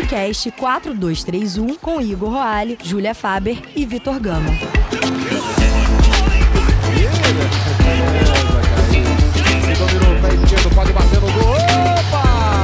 podcast 4231 com Igor Roale, Júlia Faber e Vitor Gama. Dominou o pé esquerdo, pode bater no gol. Opa!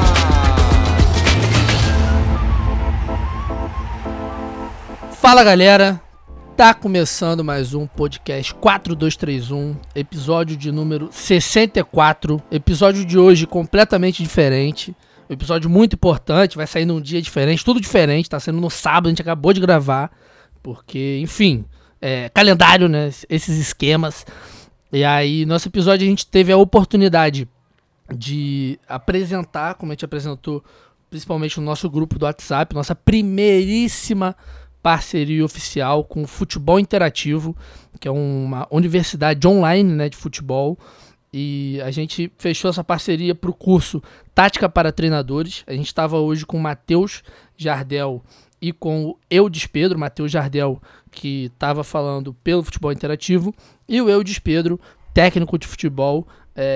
Fala, galera. Tá começando mais um podcast 4231, episódio de número 64. Episódio de hoje completamente diferente. Um episódio muito importante, vai sair num dia diferente, tudo diferente, tá saindo no sábado, a gente acabou de gravar. Porque, enfim, calendário, né? Esses esquemas. E aí, nosso episódio a gente teve a oportunidade de apresentar, como a gente apresentou, principalmente no nosso grupo do WhatsApp, nossa primeiríssima parceria oficial com o Futebol Interativo, que é uma universidade online, né, de futebol. E a gente fechou essa parceria para o curso Tática para Treinadores. A gente estava hoje com o Matheus Jardel e com o Eudes Pedro. Matheus Jardel, que estava falando pelo Futebol Interativo, e o Eudes Pedro, técnico de futebol,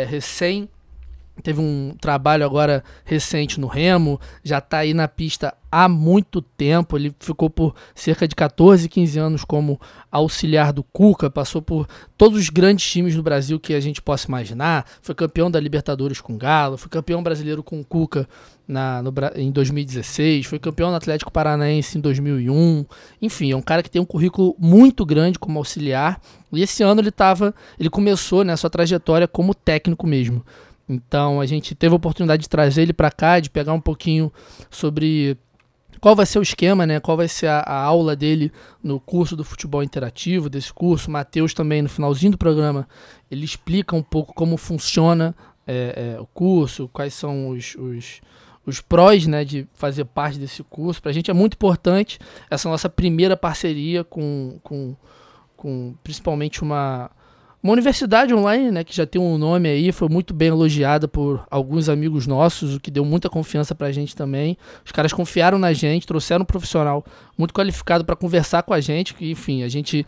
teve um trabalho agora recente no Remo, já está aí na pista há muito tempo. Ele ficou por cerca de 14, 15 anos como auxiliar do Cuca, passou por todos os grandes times do Brasil que a gente possa imaginar, foi campeão da Libertadores com o Galo, foi campeão brasileiro com o Cuca em 2016, foi campeão do Atlético Paranaense em 2001, enfim, é um cara que tem um currículo muito grande como auxiliar, e esse ano ele começou, né, sua trajetória como técnico mesmo. Então a gente teve a oportunidade de trazer ele para cá, de pegar um pouquinho sobre qual vai ser o esquema, né? Qual vai ser a aula dele no curso do Futebol Interativo, desse curso. O Matheus também, no finalzinho do programa, ele explica um pouco como funciona o curso, quais são os prós, né, de fazer parte desse curso. Para a gente é muito importante essa nossa primeira parceria com principalmente uma universidade online, né, que já tem um nome aí, foi muito bem elogiada por alguns amigos nossos, o que deu muita confiança pra gente também. Os caras confiaram na gente, trouxeram um profissional muito qualificado para conversar com a gente, que, enfim, a gente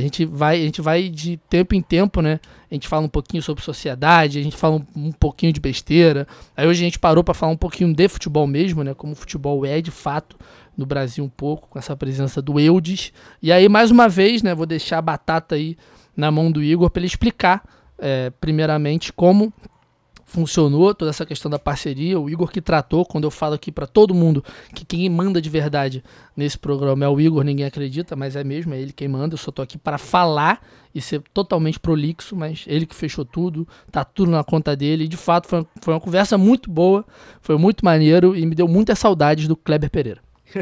vai de tempo em tempo, né? A gente fala um pouquinho sobre sociedade, a gente fala um pouquinho de besteira. Aí hoje a gente parou para falar um pouquinho de futebol mesmo, né, como o futebol é de fato no Brasil um pouco, com essa presença do Eudes. E aí, mais uma vez, né, vou deixar a batata aí na mão do Igor para ele explicar primeiramente como funcionou toda essa questão da parceria. O Igor que tratou, quando eu falo aqui para todo mundo que quem manda de verdade nesse programa é o Igor, ninguém acredita, mas é mesmo, é ele quem manda. Eu só tô aqui para falar e ser totalmente prolixo, mas ele que fechou tudo, tá tudo na conta dele. E de fato foi uma conversa muito boa, foi muito maneiro e me deu muitas saudades do Kleber Pereira.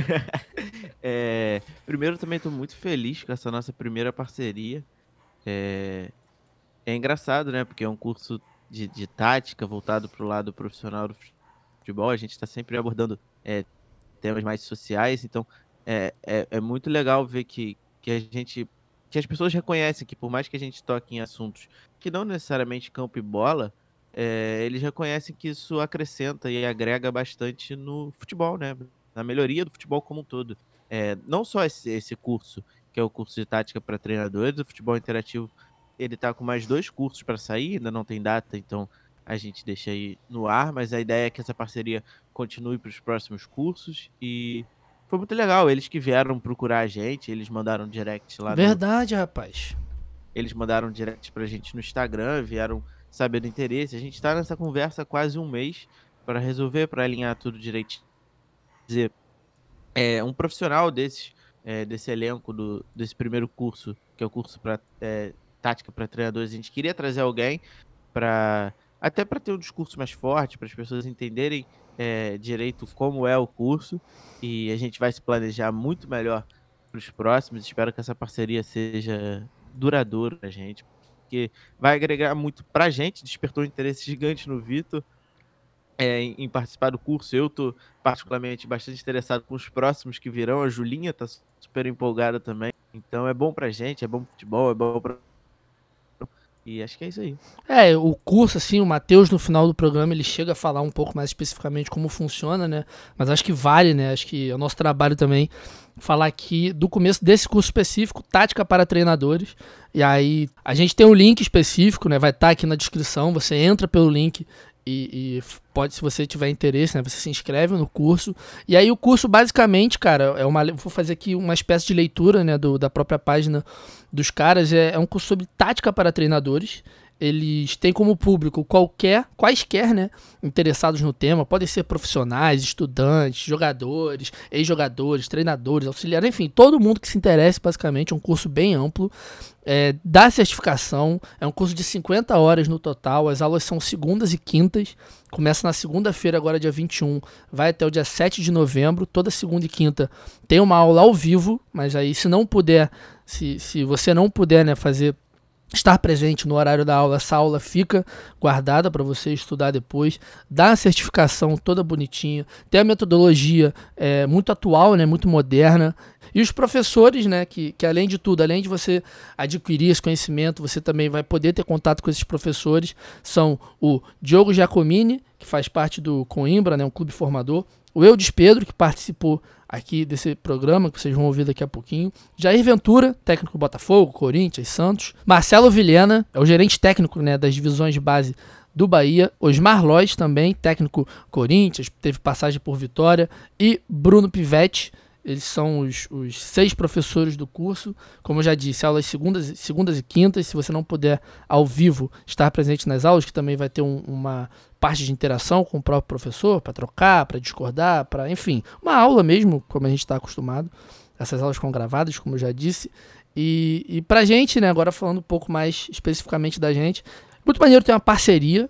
Primeiro, também estou muito feliz com essa nossa primeira parceria. É engraçado, né? Porque é um curso de tática voltado para o lado profissional do futebol. A gente está sempre abordando temas mais sociais. Então, é muito legal ver que as pessoas reconhecem que, por mais que a gente toque em assuntos que não necessariamente campo e bola, eles reconhecem que isso acrescenta e agrega bastante no futebol, né? Na melhoria do futebol como um todo. Não só esse curso, que é o curso de tática para treinadores, o Futebol Interativo, ele tá com mais 2 cursos para sair, ainda não tem data, então a gente deixa aí no ar, mas a ideia é que essa parceria continue para os próximos cursos, e foi muito legal, eles que vieram procurar a gente, eles mandaram direct lá. Verdade, rapaz. Eles mandaram direct pra gente no Instagram, vieram saber do interesse, a gente tá nessa conversa há quase um mês para resolver, para alinhar tudo direitinho. Dizer, um profissional desse elenco desse primeiro curso, que é o curso para tática para treinadores, a gente queria trazer alguém até para ter um discurso mais forte, para as pessoas entenderem direito como é o curso, e a gente vai se planejar muito melhor para os próximos. Espero que essa parceria seja duradoura pra gente, porque vai agregar muito pra gente, despertou um interesse gigante no Vitor em participar do curso. Eu tô particularmente bastante interessado com os próximos que virão. A Julinha tá super empolgada também. Então é bom pra gente, é bom pro futebol, é bom pra... E acho que é isso aí. O curso, assim, o Matheus no final do programa ele chega a falar um pouco mais especificamente como funciona, né? Mas acho que vale, né? Acho que é o nosso trabalho também falar aqui do começo desse curso específico, Tática para Treinadores. E aí a gente tem um link específico, né? Vai estar aqui na descrição, você entra pelo link pode, se você tiver interesse, né, você se inscreve no curso. E aí o curso basicamente, cara, vou fazer aqui uma espécie de leitura, né, da própria página dos caras. É um curso sobre tática para treinadores. Eles têm como público quaisquer, né, interessados no tema. Podem ser profissionais, estudantes, jogadores, ex-jogadores, treinadores, auxiliares, enfim, todo mundo que se interesse, basicamente. É um curso bem amplo, dá certificação. É um curso de 50 horas no total. As aulas são segundas e quintas. Começa na segunda-feira, agora dia 21, vai até o dia 7 de novembro. Toda segunda e quinta tem uma aula ao vivo, mas aí se você não puder, né, estar presente no horário da aula, essa aula fica guardada para você estudar depois. Dá a certificação toda bonitinha. Tem a metodologia muito atual, né, muito moderna. E os professores, né, que além de tudo, além de você adquirir esse conhecimento, você também vai poder ter contato com esses professores, são o Diogo Giacomini, que faz parte do Coimbra, né, um clube formador, o Eudes Pedro, que participou aqui desse programa, que vocês vão ouvir daqui a pouquinho, Jair Ventura, técnico do Botafogo, Corinthians, Santos, Marcelo Vilhena, é o gerente técnico, né, das divisões de base do Bahia, Osmar Lois também, técnico Corinthians, teve passagem por Vitória, e Bruno Pivetti. Eles são os 6 professores do curso. Como eu já disse, aulas segundas e quintas. Se você não puder, ao vivo, estar presente nas aulas, que também vai ter uma parte de interação com o próprio professor, para trocar, para discordar, enfim, uma aula mesmo, como a gente está acostumado. Essas aulas ficam gravadas, como eu já disse. E pra gente, né, agora falando um pouco mais especificamente da gente, muito maneiro ter uma parceria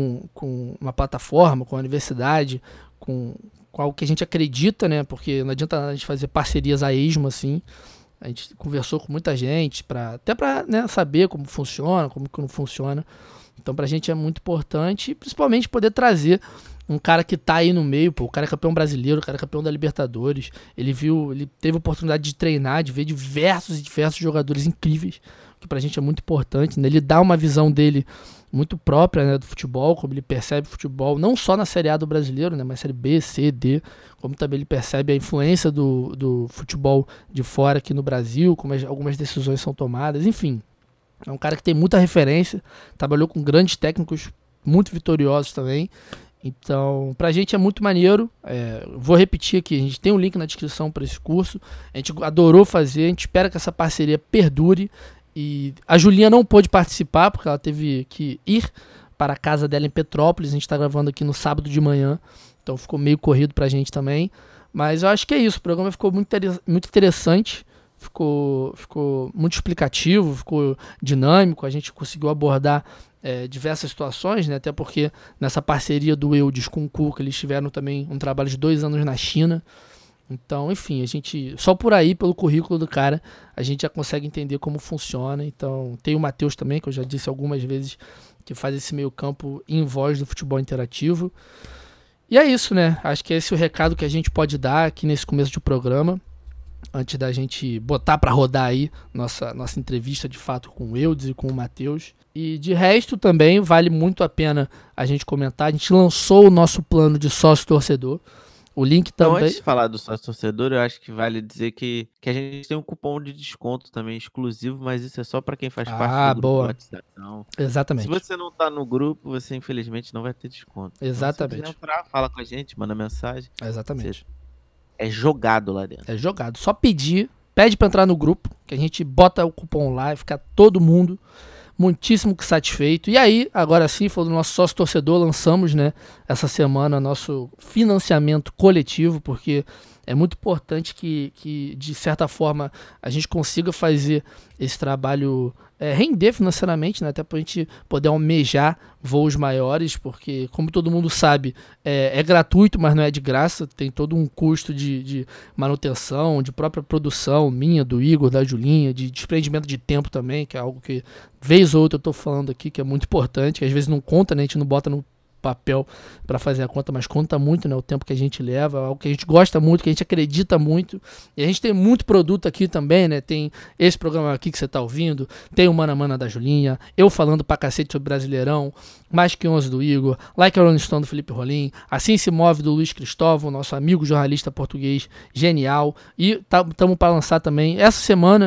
com uma plataforma, com a universidade, com algo que a gente acredita, né? Porque não adianta a gente fazer parcerias a esmo, assim. A gente conversou com muita gente, até para, né, saber como funciona, como que não funciona. Então, pra gente é muito importante, principalmente poder trazer um cara que tá aí no meio, pô, o cara é campeão brasileiro, o cara é campeão da Libertadores. Ele teve a oportunidade de treinar, de ver diversos jogadores incríveis, que pra gente é muito importante, né? Ele dá uma visão dele muito própria, né, do futebol, como ele percebe o futebol, não só na Série A do brasileiro, né, mas Série B, C, D, como também ele percebe a influência do futebol de fora aqui no Brasil, como algumas decisões são tomadas, enfim. É um cara que tem muita referência, trabalhou com grandes técnicos muito vitoriosos também. Então, pra gente é muito maneiro. Vou repetir aqui, a gente tem um link na descrição para esse curso. A gente adorou fazer, a gente espera que essa parceria perdure. E a Julinha não pôde participar, porque ela teve que ir para a casa dela em Petrópolis. A gente está gravando aqui no sábado de manhã, então ficou meio corrido pra gente também. Mas eu acho que é isso, o programa ficou muito interessante, ficou muito explicativo, ficou dinâmico. A gente conseguiu abordar diversas situações, né? Até porque nessa parceria do Eudes com o Cuca, eles tiveram também um trabalho de 2 anos na China. Então, enfim, a gente, só por aí, pelo currículo do cara, a gente já consegue entender como funciona. Então, tem o Matheus também, que eu já disse algumas vezes, que faz esse meio campo em voz do futebol interativo. E é isso, né? Acho que esse é o recado que a gente pode dar aqui nesse começo de programa, antes da gente botar para rodar aí nossa entrevista de fato com o Eudes e com o Matheus. E de resto também vale muito a pena a gente comentar. A gente lançou o nosso plano de sócio-torcedor. O link também... Então, antes de falar do sócio-torcedor, eu acho que vale dizer que a gente tem um cupom de desconto também exclusivo, mas isso é só para quem faz parte do grupo do WhatsApp. Então, exatamente. Se você não tá no grupo, você infelizmente não vai ter desconto. Exatamente. Então, se você quiser entrar, fala com a gente, manda mensagem. Exatamente. É jogado lá dentro. É jogado. Só pede para entrar no grupo, que a gente bota o cupom lá e fica todo mundo muitíssimo satisfeito. E aí, agora sim, falando do nosso sócio-torcedor, lançamos, né, essa semana nosso financiamento coletivo, porque é muito importante que de certa forma, a gente consiga fazer esse trabalho render financeiramente, né, até para a gente poder almejar voos maiores, porque, como todo mundo sabe, é gratuito, mas não é de graça, tem todo um custo de manutenção, de própria produção minha, do Igor, da Julinha, de desprendimento de tempo também, que é algo que, vez ou outra, eu estou falando aqui, que é muito importante, que às vezes não conta, né, a gente não bota no papel para fazer a conta, mas conta muito, né, o tempo que a gente leva, algo que a gente gosta muito, que a gente acredita muito, e a gente tem muito produto aqui também, né, tem esse programa aqui que você tá ouvindo, tem o Mano a Mano da Julinha, eu falando pra cacete sobre Brasileirão, Mais Que 11 do Igor, Like a Rolling Stone do Felipe Rolim, Assim Se Move do Luiz Cristóvão, nosso amigo jornalista português genial, e estamos para lançar também, essa semana, né,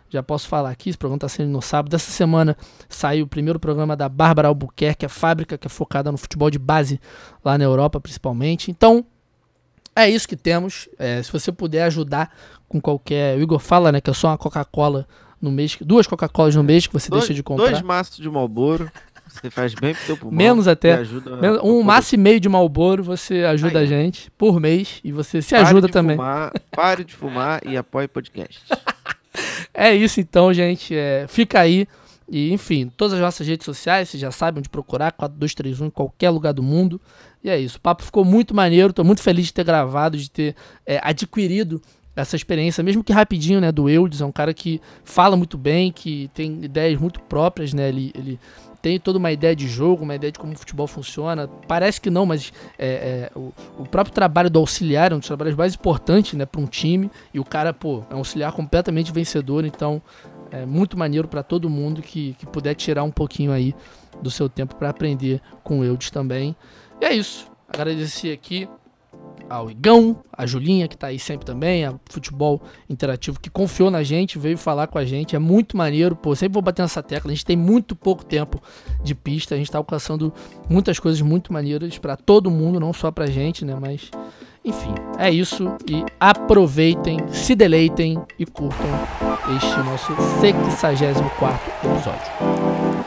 já posso falar aqui, esse programa está saindo no sábado. Essa semana saiu o primeiro programa da Bárbara Albuquerque, a fábrica que é focada no futebol de base lá na Europa, principalmente. Então, é isso que temos. Se você puder ajudar com qualquer... O Igor fala, né, que é só uma Coca-Cola no mês, 2 Coca-Colas no mês que você deixa de comprar. 2 maços de Marlboro, você faz bem pro teu pulmão. Menos até. Um maço e meio de Marlboro, você ajuda a gente por mês e você se ajuda também. Pare de fumar e apoie o podcast. É isso então, gente. Fica aí. E, enfim, todas as nossas redes sociais, vocês já sabem onde procurar, 4231 em qualquer lugar do mundo. E é isso. O papo ficou muito maneiro. Tô muito feliz de ter gravado, de ter adquirido essa experiência, mesmo que rapidinho, né, do Eudes. É um cara que fala muito bem, que tem ideias muito próprias, né? Ele tem toda uma ideia de jogo, uma ideia de como o futebol funciona. Parece que não, mas o próprio trabalho do auxiliar é um dos trabalhos mais importantes, né, para um time. E o cara, é um auxiliar completamente vencedor. Então, é muito maneiro para todo mundo que puder tirar um pouquinho aí do seu tempo para aprender com o Eudes também. E é isso. Agradecer aqui ao Igão, a Julinha, que tá aí sempre também, a Futebol Interativo, que confiou na gente, veio falar com a gente, é muito maneiro, sempre vou bater nessa tecla, a gente tem muito pouco tempo de pista, a gente tá alcançando muitas coisas muito maneiras pra todo mundo, não só pra gente, né, mas, enfim, é isso, e aproveitem, se deleitem e curtam este nosso 64º episódio.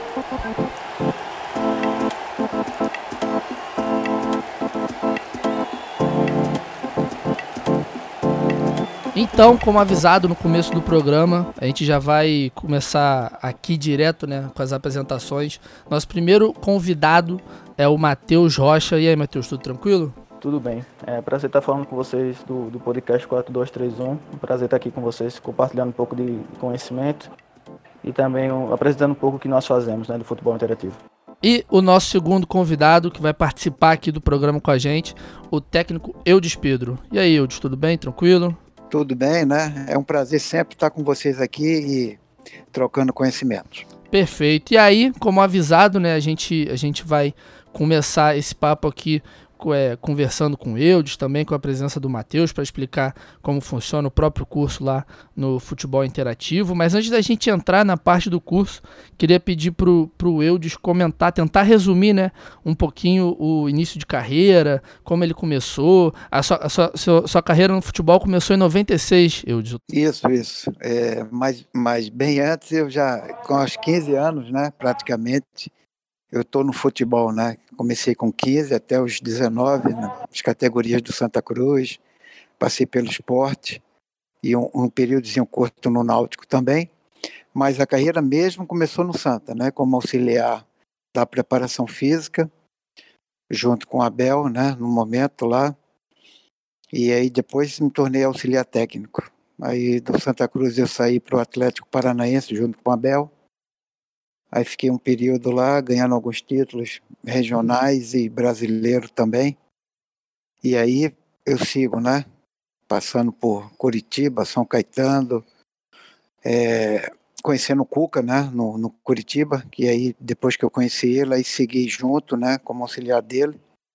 Então, como avisado no começo do programa, a gente já vai começar aqui direto, né, com as apresentações. Nosso primeiro convidado é o Matheus Rocha. E aí, Matheus, tudo tranquilo? Tudo bem. É prazer estar falando com vocês do podcast 4231. Um prazer estar aqui com vocês, compartilhando um pouco de conhecimento e também apresentando um pouco o que nós fazemos, né, do futebol interativo. E o nosso segundo convidado que vai participar aqui do programa com a gente, o técnico Eudes Pedro. E aí, Eudes, tudo bem? Tranquilo? Tudo bem, né? É um prazer sempre estar com vocês aqui e trocando conhecimentos. Perfeito. E aí, como avisado, né, a gente vai começar esse papo aqui conversando com o Eudes, também com a presença do Matheus, para explicar como funciona o próprio curso lá no Futebol Interativo. Mas antes da gente entrar na parte do curso, queria pedir pro Eudes comentar, tentar resumir, né, um pouquinho o início de carreira, como ele começou. A sua carreira no futebol começou em 96, Eudes. Isso. Mas bem antes, eu já, com os 15 anos, né, praticamente, eu estou no futebol, né? Comecei com 15 até os 19, nas categorias do Santa Cruz, passei pelo Sport e um períodozinho curto no Náutico também, mas a carreira mesmo começou no Santa, né? Como auxiliar da preparação física, junto com a Abel, né? No momento lá, e aí depois me tornei auxiliar técnico. Aí do Santa Cruz eu saí para o Atlético Paranaense junto com a Abel. Aí fiquei um período lá, ganhando alguns títulos regionais e brasileiro também. E aí eu sigo, né? Passando por Curitiba, São Caetano, conhecendo o Cuca, né? No Curitiba, que aí depois que eu conheci ele, aí segui junto, né? Como auxiliar dele.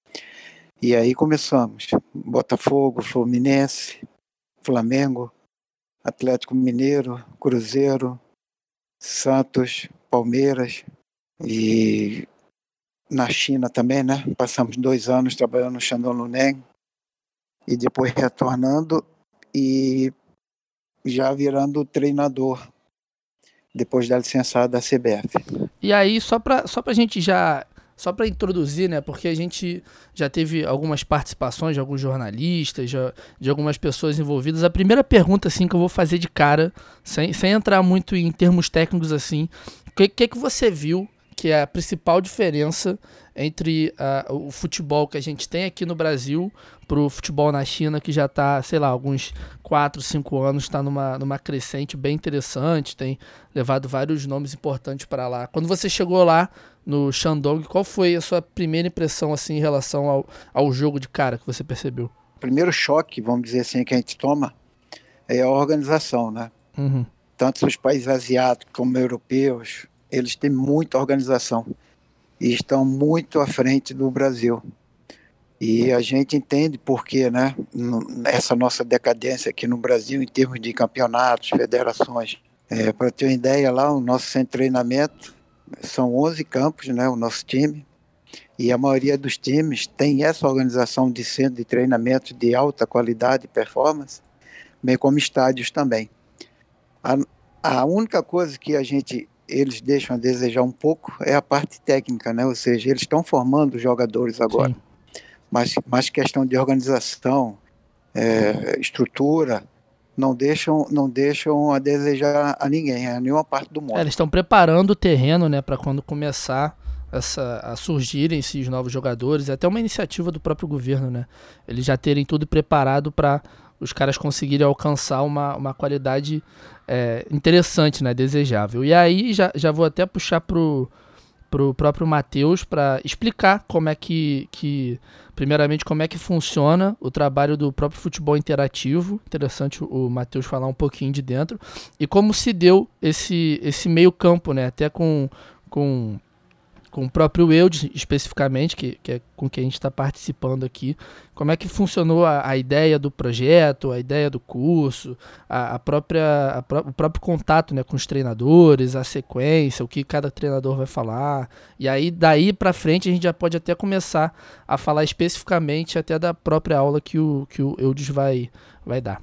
E aí começamos. Botafogo, Fluminense, Flamengo, Atlético Mineiro, Cruzeiro, Santos, Palmeiras e na China também, né? Passamos 2 anos trabalhando no Shandong Luneng e depois retornando e já virando treinador depois da licenciada da CBF. E aí, só pra gente só para introduzir, né, porque a gente já teve algumas participações de alguns jornalistas, de algumas pessoas envolvidas. A primeira pergunta, assim, que eu vou fazer de cara, sem entrar muito em termos técnicos, assim, o que você viu que é a principal diferença entre o futebol que a gente tem aqui no Brasil pro futebol na China, que já tá, sei lá, alguns 4, 5 anos, está numa crescente bem interessante, tem levado vários nomes importantes para lá. Quando você chegou lá no Shandong, qual foi a sua primeira impressão, assim, em relação ao jogo de cara que você percebeu? O primeiro choque, vamos dizer assim, que a gente toma é a organização, né? Uhum. Tanto os países asiáticos como europeus, eles têm muita organização e estão muito à frente do Brasil. E a gente entende por que, né, essa nossa decadência aqui no Brasil em termos de campeonatos, federações. Para ter uma ideia, lá o nosso centro de treinamento são 11 campos, né, o nosso time, e a maioria dos times tem essa organização de centro de treinamento de alta qualidade e performance, bem como estádios também. A única coisa que eles deixam a desejar um pouco é a parte técnica, né? Ou seja, eles estão formando jogadores agora, mas questão de organização, estrutura, não deixam a desejar a ninguém, a nenhuma parte do mundo. Eles estão preparando o terreno, né, para quando começar a surgirem esses novos jogadores, é até uma iniciativa do próprio governo, né? Eles já terem tudo preparado para os caras conseguirem alcançar uma qualidade interessante, né, desejável. E aí já vou até puxar pro próprio Matheus para explicar como é primeiramente, como é que funciona o trabalho do próprio futebol interativo. Interessante o Matheus falar um pouquinho de dentro. E como se deu esse meio campo, né? Até com o próprio Eudes, especificamente, que é com quem a gente está participando aqui. Como é que funcionou a ideia do projeto, a ideia do curso, o próprio contato, né, com os treinadores, a sequência, o que cada treinador vai falar. E aí, daí para frente, a gente já pode até começar a falar especificamente até da própria aula que o Eudes vai dar.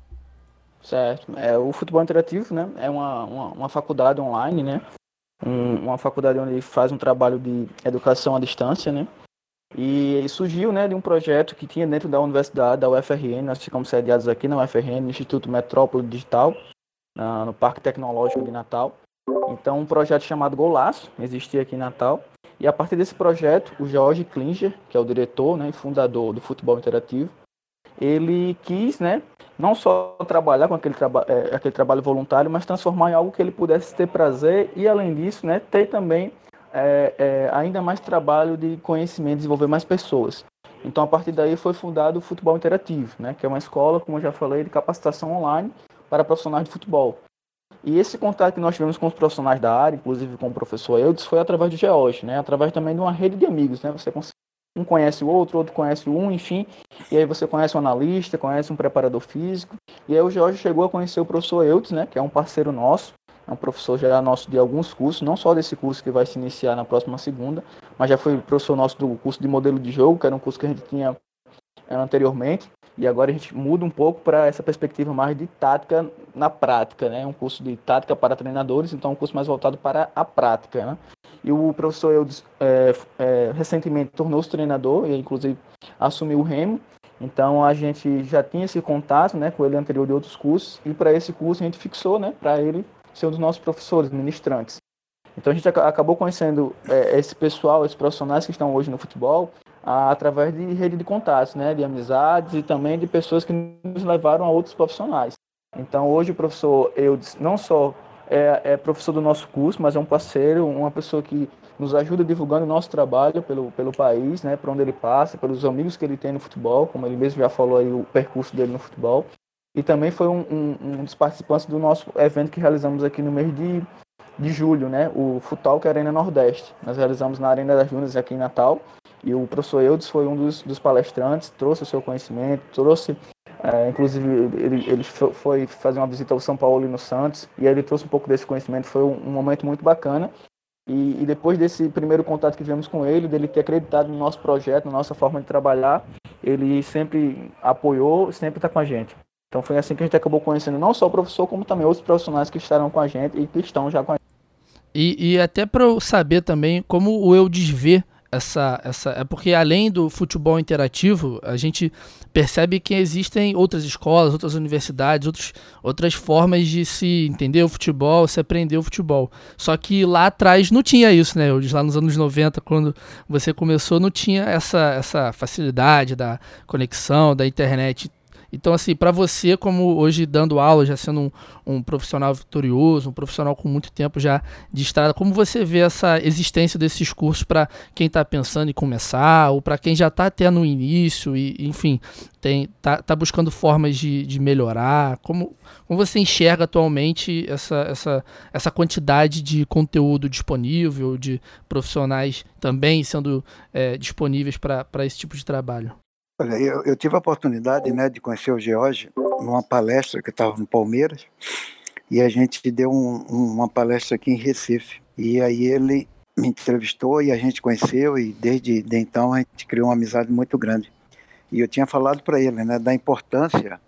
Certo. O futebol interativo, né, é uma faculdade online, né? Uma faculdade onde faz um trabalho de educação à distância, né? E surgiu, né, de um projeto que tinha dentro da universidade, da UFRN. Nós ficamos sediados aqui na UFRN, no Instituto Metrópole Digital, no Parque Tecnológico de Natal. Então, um projeto chamado Golaço existia aqui em Natal. E a partir desse projeto, o Jorge Klinger, que é o diretor, né, e fundador do futebol interativo, ele quis, né, não só trabalhar com aquele trabalho voluntário, mas transformar em algo que ele pudesse ter prazer e, além disso, né, ter também ainda mais trabalho de conhecimento, desenvolver mais pessoas. Então, a partir daí foi fundado o Futebol Interativo, né, que é uma escola, como eu já falei, de capacitação online para profissionais de futebol. E esse contato que nós tivemos com os profissionais da área, inclusive com o professor Eudes, foi através do George, né, através também de uma rede de amigos, né, você consegue. Um conhece o outro conhece um, enfim, e aí você conhece um analista, conhece um preparador físico, e aí o Jorge chegou a conhecer o professor Eudes, né, que é um parceiro nosso, é um professor já nosso de alguns cursos, não só desse curso que vai se iniciar na próxima segunda, mas já foi professor nosso do curso de modelo de jogo, que era um curso que a gente tinha anteriormente, e agora a gente muda um pouco para essa perspectiva mais de tática na prática, né, um curso de tática para treinadores, então um curso mais voltado para a prática, né. E o professor Eudes recentemente tornou-se treinador e inclusive assumiu o Remo. Então a gente já tinha esse contato, né, com ele anterior de outros cursos, e para esse curso a gente fixou, né, para ele ser um dos nossos professores, ministrantes. Então a gente acabou conhecendo esse pessoal, esses profissionais que estão hoje no futebol, através de rede de contatos, né, de amizades e também de pessoas que nos levaram a outros profissionais. Então hoje o professor Eudes não só é professor do nosso curso, mas é um parceiro, uma pessoa que nos ajuda divulgando o nosso trabalho pelo país, né, por onde ele passa, pelos amigos que ele tem no futebol, como ele mesmo já falou aí, o percurso dele no futebol. E também foi um dos participantes do nosso evento que realizamos aqui no mês de julho, né, o Futalk Arena Nordeste. Nós realizamos na Arena das Dunas aqui em Natal, e o professor Eudes foi um dos palestrantes, trouxe o seu conhecimento, inclusive ele foi fazer uma visita ao São Paulo e no Santos, e aí ele trouxe um pouco desse conhecimento. Foi um momento muito bacana, e depois desse primeiro contato que tivemos com ele, dele ter acreditado no nosso projeto, na nossa forma de trabalhar, ele sempre apoiou, sempre está com a gente. Então foi assim que a gente acabou conhecendo não só o professor, como também outros profissionais que estarão com a gente e que estão já com a gente. E até para eu saber também como o Eudes vê é porque além do futebol interativo, a gente percebe que existem outras escolas, outras universidades, outras formas de se entender o futebol, se aprender o futebol. Só que lá atrás não tinha isso, né? Lá nos anos 90, quando você começou, não tinha essa facilidade da conexão, da internet. Então, assim, para você, como hoje dando aula, já sendo um profissional vitorioso, um profissional com muito tempo já de estrada, como você vê essa existência desses cursos para quem está pensando em começar, ou para quem já está até no início e, enfim, tá buscando formas de melhorar? Como você enxerga atualmente essa quantidade de conteúdo disponível, de profissionais também sendo disponíveis para esse tipo de trabalho? Olha, eu tive a oportunidade, né, de conhecer o George numa palestra que eu estava no Palmeiras, e a gente deu uma palestra aqui em Recife. E aí ele me entrevistou e a gente conheceu, e desde então a gente criou uma amizade muito grande. E eu tinha falado para ele, né, da importância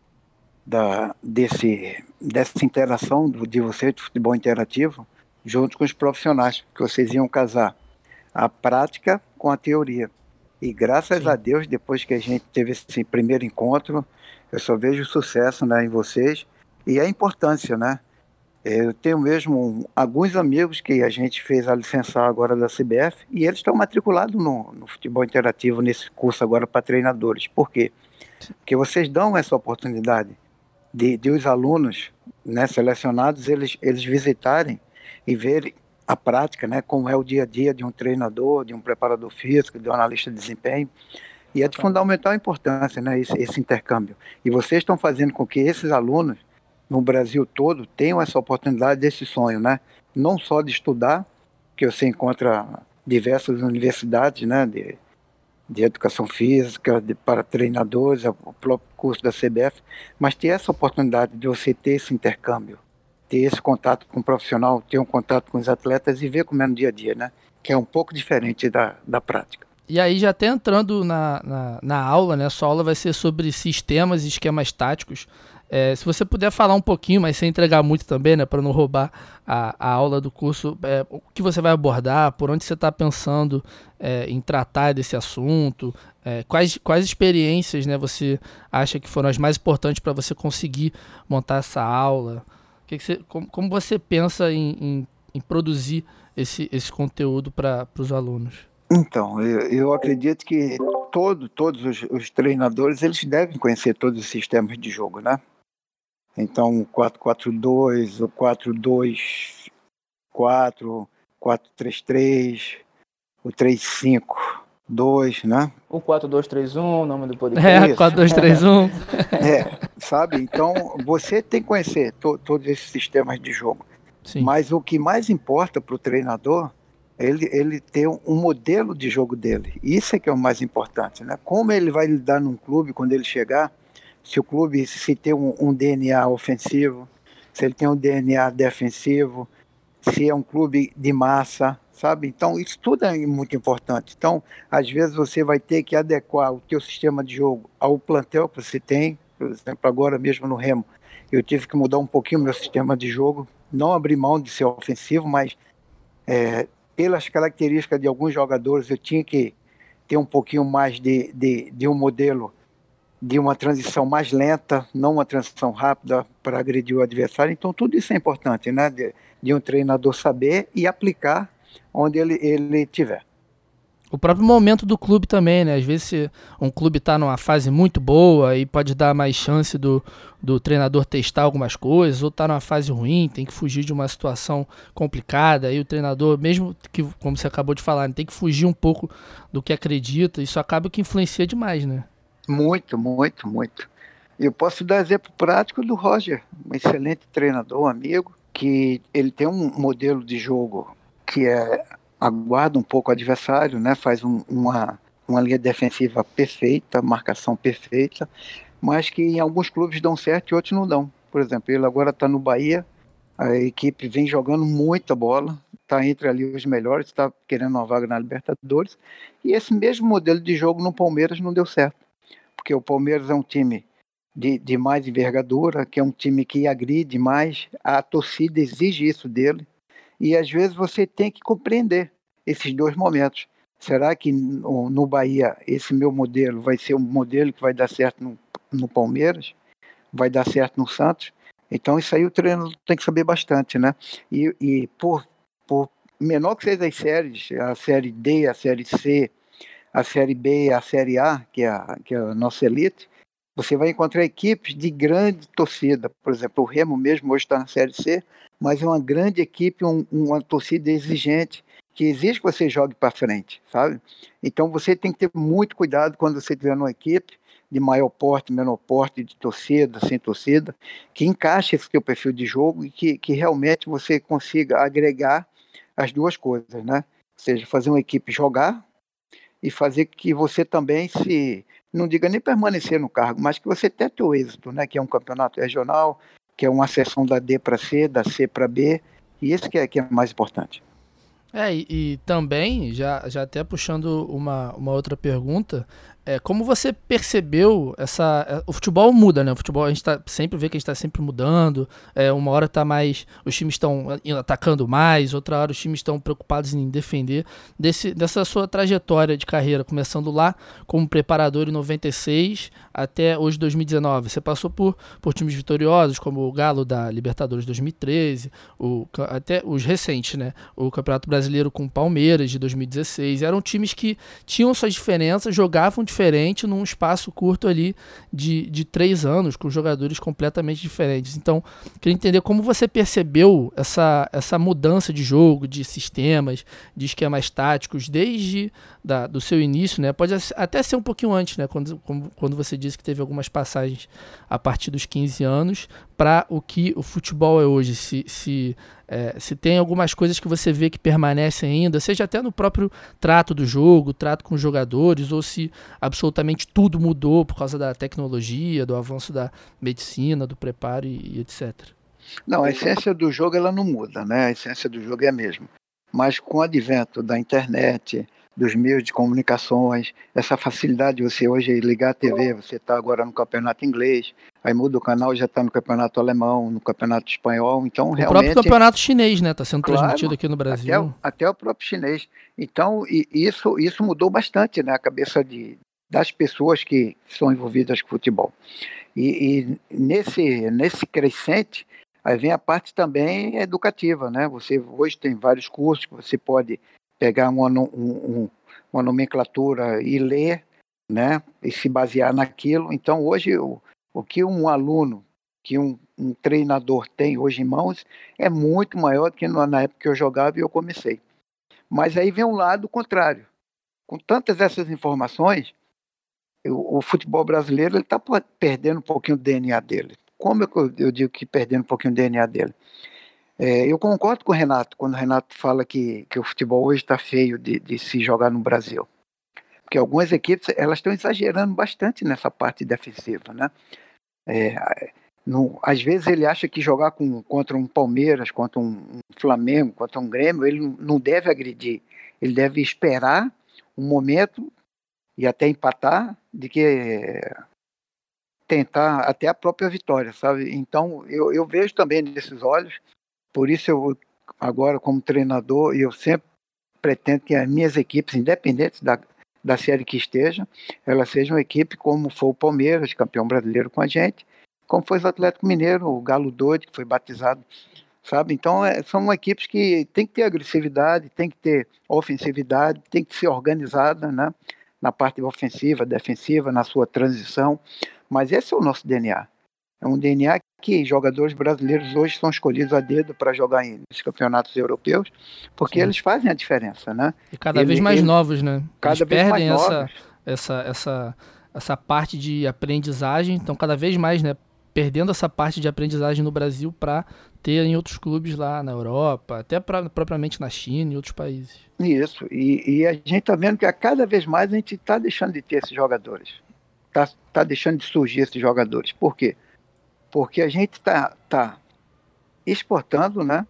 dessa interação de você, de futebol interativo, junto com os profissionais, que vocês iam casar a prática com a teoria. E graças a Deus, depois que a gente teve esse primeiro encontro, eu só vejo sucesso, né, em vocês e a importância, né? Eu tenho mesmo alguns amigos que a gente fez a licenciar agora da CBF e eles estão matriculados no futebol interativo, nesse curso agora para treinadores. Por quê? Porque vocês dão essa oportunidade de os alunos, né, selecionados, eles visitarem e verem a prática, né, como é o dia a dia de um treinador, de um preparador físico, de um analista de desempenho. E é de fundamental importância, né, esse intercâmbio. E vocês estão fazendo com que esses alunos, no Brasil todo, tenham essa oportunidade desse sonho, né? Não só de estudar, que você encontra diversas universidades, né, de educação física, para treinadores, o próprio curso da CBF, mas ter essa oportunidade de você ter esse intercâmbio, ter esse contato com o profissional, ter um contato com os atletas e ver como é no dia a dia, né? Que é um pouco diferente da prática. E aí, já até entrando na aula, né? Sua aula vai ser sobre sistemas e esquemas táticos. Se você puder falar um pouquinho, mas sem entregar muito também, né? Para não roubar a aula do curso, o que você vai abordar, por onde você está pensando em tratar desse assunto, quais experiências, né, você acha que foram as mais importantes para você conseguir montar essa aula? Como você pensa em produzir esse conteúdo para os alunos? Então, eu acredito que todos os treinadores, eles devem conhecer todos os sistemas de jogo, né? Então, o 4-4-2, o 4-2-4, 4-3-3, o 3-5-2, né? O 4-2-3-1, nome do podcast. 4-2-3-1. Sabe? Então, você tem que conhecer todos esses sistemas de jogo. Sim. Mas o que mais importa para o treinador, ele ter um modelo de jogo dele. Isso é que é o mais importante, né? Como ele vai lidar num clube quando ele chegar, se o clube tem um DNA ofensivo, se ele tem um DNA defensivo, se é um clube de massa, sabe? Então, isso tudo é muito importante. Então, às vezes você vai ter que adequar o teu sistema de jogo ao plantel que você tem. Por exemplo, agora mesmo no Remo, eu tive que mudar um pouquinho o meu sistema de jogo, não abrir mão de ser ofensivo, mas pelas características de alguns jogadores, eu tinha que ter um pouquinho mais de um modelo de uma transição mais lenta, não uma transição rápida para agredir o adversário. Então, tudo isso é importante, né? De um treinador saber e aplicar onde ele estiver. O próprio momento do clube também, né? Às vezes, se um clube está numa fase muito boa e pode dar mais chance do treinador testar algumas coisas, ou está numa fase ruim, tem que fugir de uma situação complicada, aí o treinador, mesmo que, como você acabou de falar, tem que fugir um pouco do que acredita, isso acaba que influencia demais, né? Muito, muito, muito. Eu posso dar exemplo prático do Roger, um excelente treinador, amigo, que ele tem um modelo de jogo que aguarda um pouco o adversário, né? Faz uma linha defensiva perfeita, marcação perfeita, mas que em alguns clubes dão certo e outros não dão. Por exemplo, ele agora está no Bahia, a equipe vem jogando muita bola, está entre ali os melhores, está querendo uma vaga na Libertadores, e esse mesmo modelo de jogo no Palmeiras não deu certo. Porque o Palmeiras é um time de mais envergadura, que é um time que agride mais, a torcida exige isso dele, e às vezes você tem que compreender esses dois momentos. Será que no Bahia esse meu modelo vai ser um modelo que vai dar certo no Palmeiras? Vai dar certo no Santos? Então isso aí o treinador tem que saber bastante, né? E por menor que sejam as séries, a série D, a série C, a Série B e a Série A, que é a nossa elite, você vai encontrar equipes de grande torcida. Por exemplo, o Remo mesmo hoje está na Série C, mas é uma grande equipe, uma torcida exigente, que exige que você jogue para frente, sabe? Então você tem que ter muito cuidado quando você estiver numa equipe de maior porte, menor porte, de torcida, sem torcida, que encaixe esse teu perfil de jogo e que realmente você consiga agregar as duas coisas, né? Ou seja, fazer uma equipe jogar e fazer que você também não diga nem permanecer no cargo, mas que você tenha teu êxito, né? Que é um campeonato regional, que é uma seção da D para C, da C para B, e esse que é mais importante. E também, já até puxando uma outra pergunta, como você percebeu o futebol muda, né? O futebol a gente sempre vê que a gente está sempre mudando, uma hora tá mais, os times estão atacando mais, outra hora os times estão preocupados em defender. Dessa sua trajetória de carreira, começando lá como preparador em 96 até hoje 2019, você passou por times vitoriosos, como o Galo da Libertadores 2013, até os recentes, né? O Campeonato Brasileiro com o Palmeiras de 2016, eram times que tinham suas diferenças, jogavam diferente num espaço curto ali de 3 anos, com jogadores completamente diferentes. Então, queria entender como você percebeu essa mudança de jogo, de sistemas, de esquemas táticos, desde do seu início, né? Pode até ser um pouquinho antes, né? Quando você disse que teve algumas passagens a partir dos 15 anos, para o que o futebol é hoje. Se tem algumas coisas que você vê que permanecem ainda, seja até no próprio trato do jogo, trato com os jogadores, ou se absolutamente tudo mudou por causa da tecnologia, do avanço da medicina, do preparo e etc. Não, a essência do jogo ela não muda, né? A essência do jogo é a mesma. Mas com o advento da internet, dos meios de comunicações, essa facilidade de você hoje ligar a TV, você está agora no campeonato inglês, aí muda o canal, já está no campeonato alemão, no campeonato espanhol, então o realmente... próprio campeonato chinês, né? Está sendo claro, transmitido aqui no Brasil. Até o próprio chinês. Então, isso mudou bastante, né? A cabeça das pessoas que são envolvidas com futebol. E nesse crescente, aí vem a parte também educativa, né? Você hoje tem vários cursos que você pode pegar uma nomenclatura e ler, né? E se basear naquilo. Então, hoje, o que um aluno, que um treinador tem hoje em mãos, é muito maior do que na época que eu jogava e eu comecei. Mas aí vem um lado contrário. Com tantas essas informações, o futebol brasileiro está perdendo um pouquinho do DNA dele. Como eu digo que perdendo um pouquinho do DNA dele? Eu concordo com o Renato, quando o Renato fala que o futebol hoje está feio de se jogar no Brasil. Porque algumas equipes elas estão exagerando bastante nessa parte defensiva, né? Às vezes ele acha que jogar contra um Palmeiras, contra um Flamengo, contra um Grêmio, ele não deve agredir. Ele deve esperar um momento e até empatar, de que tentar até a própria vitória, sabe? Então, eu vejo também nesses olhos, por isso eu, agora como treinador, eu sempre pretendo que as minhas equipes, independentes da série que esteja, elas sejam uma equipe como foi o Palmeiras, campeão brasileiro com a gente, como foi o Atlético Mineiro, o Galo Doido, que foi batizado, sabe? Então, são equipes que tem que ter agressividade, tem que ter ofensividade, tem que ser organizada, né? Na parte ofensiva, defensiva, na sua transição, mas esse é o nosso DNA. É um DNA que jogadores brasileiros hoje são escolhidos a dedo para jogar nos campeonatos europeus, porque eles fazem a diferença, né? E cada vez mais novos, né? Cada vez mais novos. Essa parte de aprendizagem, então cada vez mais, né? Perdendo essa parte de aprendizagem no Brasil para ter em outros clubes lá na Europa, até propriamente na China e outros países. Isso, e a gente está vendo que a cada vez mais a gente está deixando de ter esses jogadores, está deixando de surgir esses jogadores. Por quê? Porque a gente está exportando, né,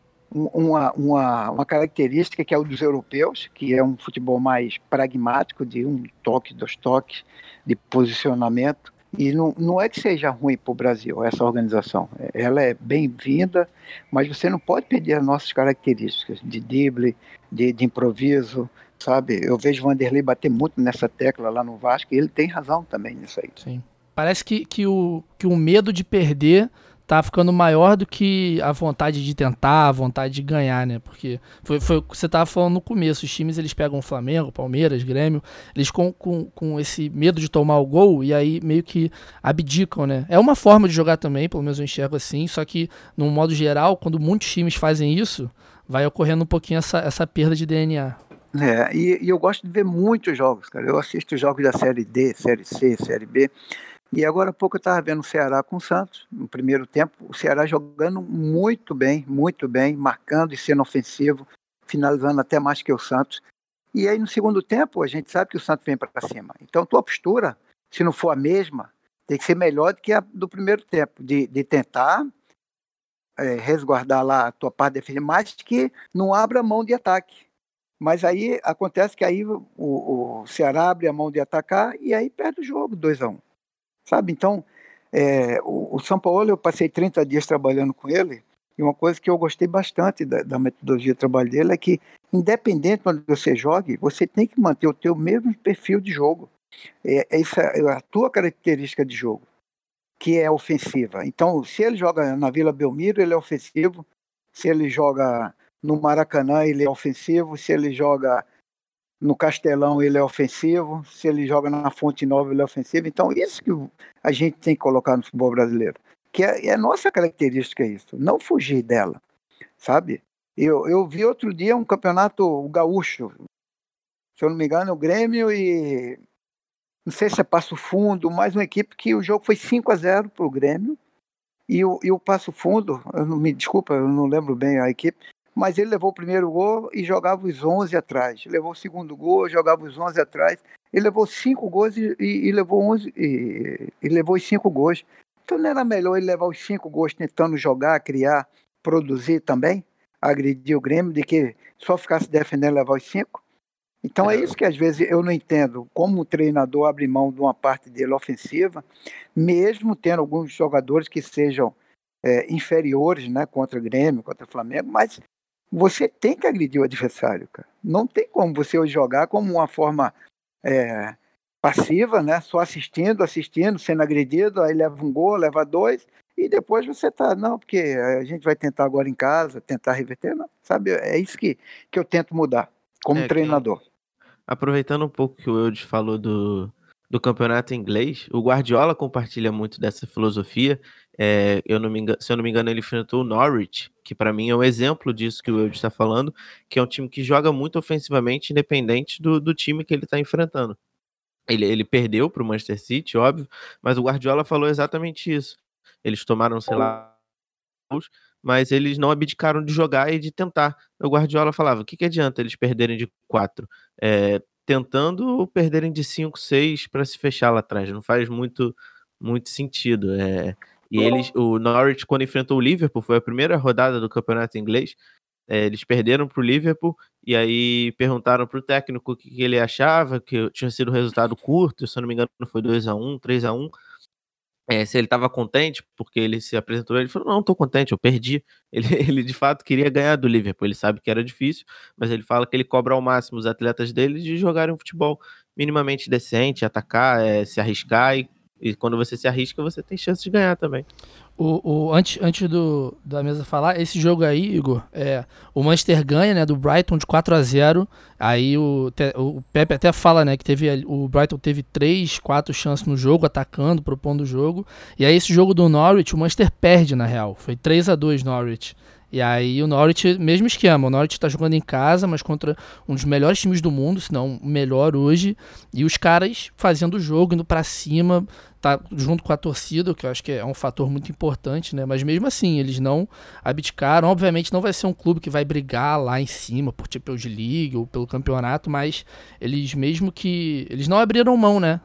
uma característica que é o dos europeus, que é um futebol mais pragmático, de um toque, 2 toques, de posicionamento. E não é que seja ruim para o Brasil essa organização, ela é bem-vinda, mas você não pode perder as nossas características de drible, de improviso, sabe? Eu vejo o Vanderlei bater muito nessa tecla lá no Vasco e ele tem razão também nisso aí. Sim. Parece que o medo de perder tá ficando maior do que a vontade de tentar, a vontade de ganhar, né? Porque foi o que você tava falando no começo, os times eles pegam o Flamengo, Palmeiras, Grêmio, eles com esse medo de tomar o gol e aí meio que abdicam, né? É uma forma de jogar também, pelo menos eu enxergo assim, só que num modo geral, quando muitos times fazem isso, vai ocorrendo um pouquinho essa perda de DNA. E eu gosto de ver muitos jogos, cara. Eu assisto jogos da Série D, Série C, Série B. E agora há pouco eu estava vendo o Ceará com o Santos, no primeiro tempo, o Ceará jogando muito bem, marcando e sendo ofensivo, finalizando até mais que o Santos. E aí no segundo tempo a gente sabe que o Santos vem para cima. Então tua postura, se não for a mesma, Tem que ser melhor do que a do primeiro tempo, de tentar resguardar lá a tua parte defensiva, mas que não abra mão de ataque. Mas aí acontece que aí o Ceará abre a mão de atacar e aí perde o jogo, 2-1. Sabe? Então, o São Paulo, eu passei 30 dias trabalhando com ele, e uma coisa que eu gostei bastante da metodologia de trabalho dele é que, independente de onde você jogue, você tem que manter o teu mesmo perfil de jogo. Essa é a tua característica de jogo, que é ofensiva. Então, se ele joga na Vila Belmiro, ele é ofensivo. Se ele joga no Maracanã, ele é ofensivo. Se ele joga no Castelão, ele é ofensivo. Se ele joga na Fonte Nova, ele é ofensivo. Então, isso que a gente tem que colocar no futebol brasileiro, que é nossa característica, isso. Não fugir dela, sabe? Eu vi outro dia um campeonato gaúcho, se eu não me engano, o Grêmio e... não sei se é Passo Fundo, mais uma equipe que o jogo foi 5-0 para o Grêmio, e o Passo Fundo, desculpa, eu não lembro bem a equipe, mas ele levou o primeiro gol e jogava os 11 atrás. Levou o segundo gol, jogava os 11 atrás. Ele levou 5 gols e levou 11 e levou os 5 gols. Então não era melhor ele levar os 5 gols tentando jogar, criar, produzir também, agredir o Grêmio, de que só ficar se defendendo e levar os 5? Então é isso que às vezes eu não entendo, como o treinador abre mão de uma parte dele ofensiva, mesmo tendo alguns jogadores que sejam inferiores, né, contra o Grêmio, contra o Flamengo, mas você tem que agredir o adversário, cara. Não tem como você hoje jogar como uma forma passiva, né, só assistindo, sendo agredido, aí leva um gol, leva 2, e depois você não, porque a gente vai tentar agora em casa, tentar reverter, não, sabe? É isso que eu tento mudar como treinador. Aproveitando um pouco que o Eudes falou do campeonato inglês, o Guardiola compartilha muito dessa filosofia. Se eu não me engano, ele enfrentou o Norwich, que para mim é um exemplo disso que o Eudes está falando, que é um time que joga muito ofensivamente, independente do time que ele está enfrentando. Ele perdeu para o Manchester City, óbvio, mas o Guardiola falou exatamente isso. Eles tomaram, sei lá, mas eles não abdicaram de jogar e de tentar. O Guardiola falava, o que adianta eles perderem de 4? Tentando perderem de 5, 6 para se fechar lá atrás. Não faz muito sentido. E o Norwich, quando enfrentou o Liverpool, foi a primeira rodada do campeonato inglês, eles perderam para o Liverpool e aí perguntaram para o técnico o que ele achava, que tinha sido um resultado curto, se eu não me engano foi 2-1, 3-1, se ele estava contente, porque ele se apresentou, ele falou, não, estou contente, eu perdi. Ele de fato queria ganhar do Liverpool, ele sabe que era difícil, mas ele fala que ele cobra ao máximo os atletas dele de jogarem um futebol minimamente decente, atacar, se arriscar, e quando você se arrisca, você tem chance de ganhar também. Antes da mesa falar, esse jogo aí, Igor, o Manchester ganha, né, do Brighton de 4-0. Aí o Pepe até fala, né, que o Brighton teve 3, 4 chances no jogo, atacando, propondo o jogo. E aí esse jogo do Norwich, o Manchester perde, na real. Foi 3-2 Norwich. E aí o Norwich, mesmo esquema, o Norwich tá jogando em casa, mas contra um dos melhores times do mundo, se não o melhor hoje, e os caras fazendo o jogo, indo pra cima, tá junto com a torcida, que eu acho que é um fator muito importante, né, mas mesmo assim, eles não abdicaram. Obviamente não vai ser um clube que vai brigar lá em cima por Champions League ou pelo campeonato, mas eles não abriram mão, né,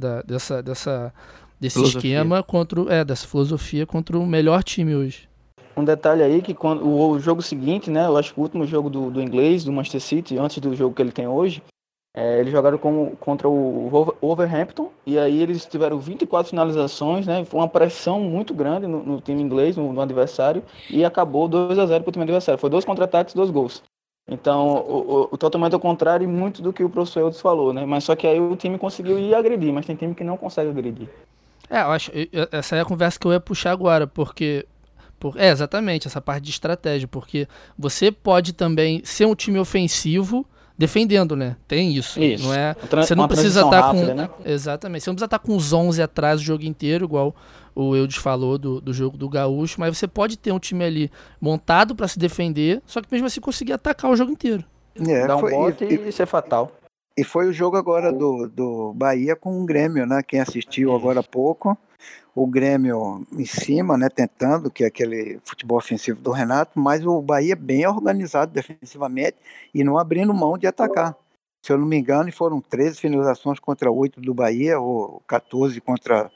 desse esquema dessa filosofia contra o melhor time hoje. Um detalhe aí que quando o jogo seguinte, né, eu acho que o último jogo do inglês, do Manchester City, antes do jogo que ele tem hoje, eles jogaram contra o Wolverhampton, e aí eles tiveram 24 finalizações, né, foi uma pressão muito grande no time inglês, no adversário, e acabou 2-0 para o time adversário. Foi 2 contra-ataques, 2 gols. Então, o totalmente ao contrário, muito do que o professor Eudes falou, né, mas só que aí o time conseguiu ir agredir, mas tem time que não consegue agredir. Eu acho essa é a conversa que eu ia puxar agora, porque... exatamente, essa parte de estratégia, porque você pode também ser um time ofensivo defendendo, né? Tem isso. Não é, você não precisa estar com... né? Exatamente, você não precisa estar com os 11 atrás o jogo inteiro, igual o Eudes falou do jogo do Gaúcho, mas você pode ter um time ali montado para se defender, só que mesmo assim conseguir atacar o jogo inteiro. Dar um bote e ser fatal. E foi o jogo agora do Bahia com o Grêmio, né? Quem assistiu agora há pouco, o Grêmio em cima, né, tentando, que é aquele futebol ofensivo do Renato, mas o Bahia bem organizado defensivamente e não abrindo mão de atacar. Se eu não me engano, foram 13 finalizações contra 8 do Bahia, ou 14 contra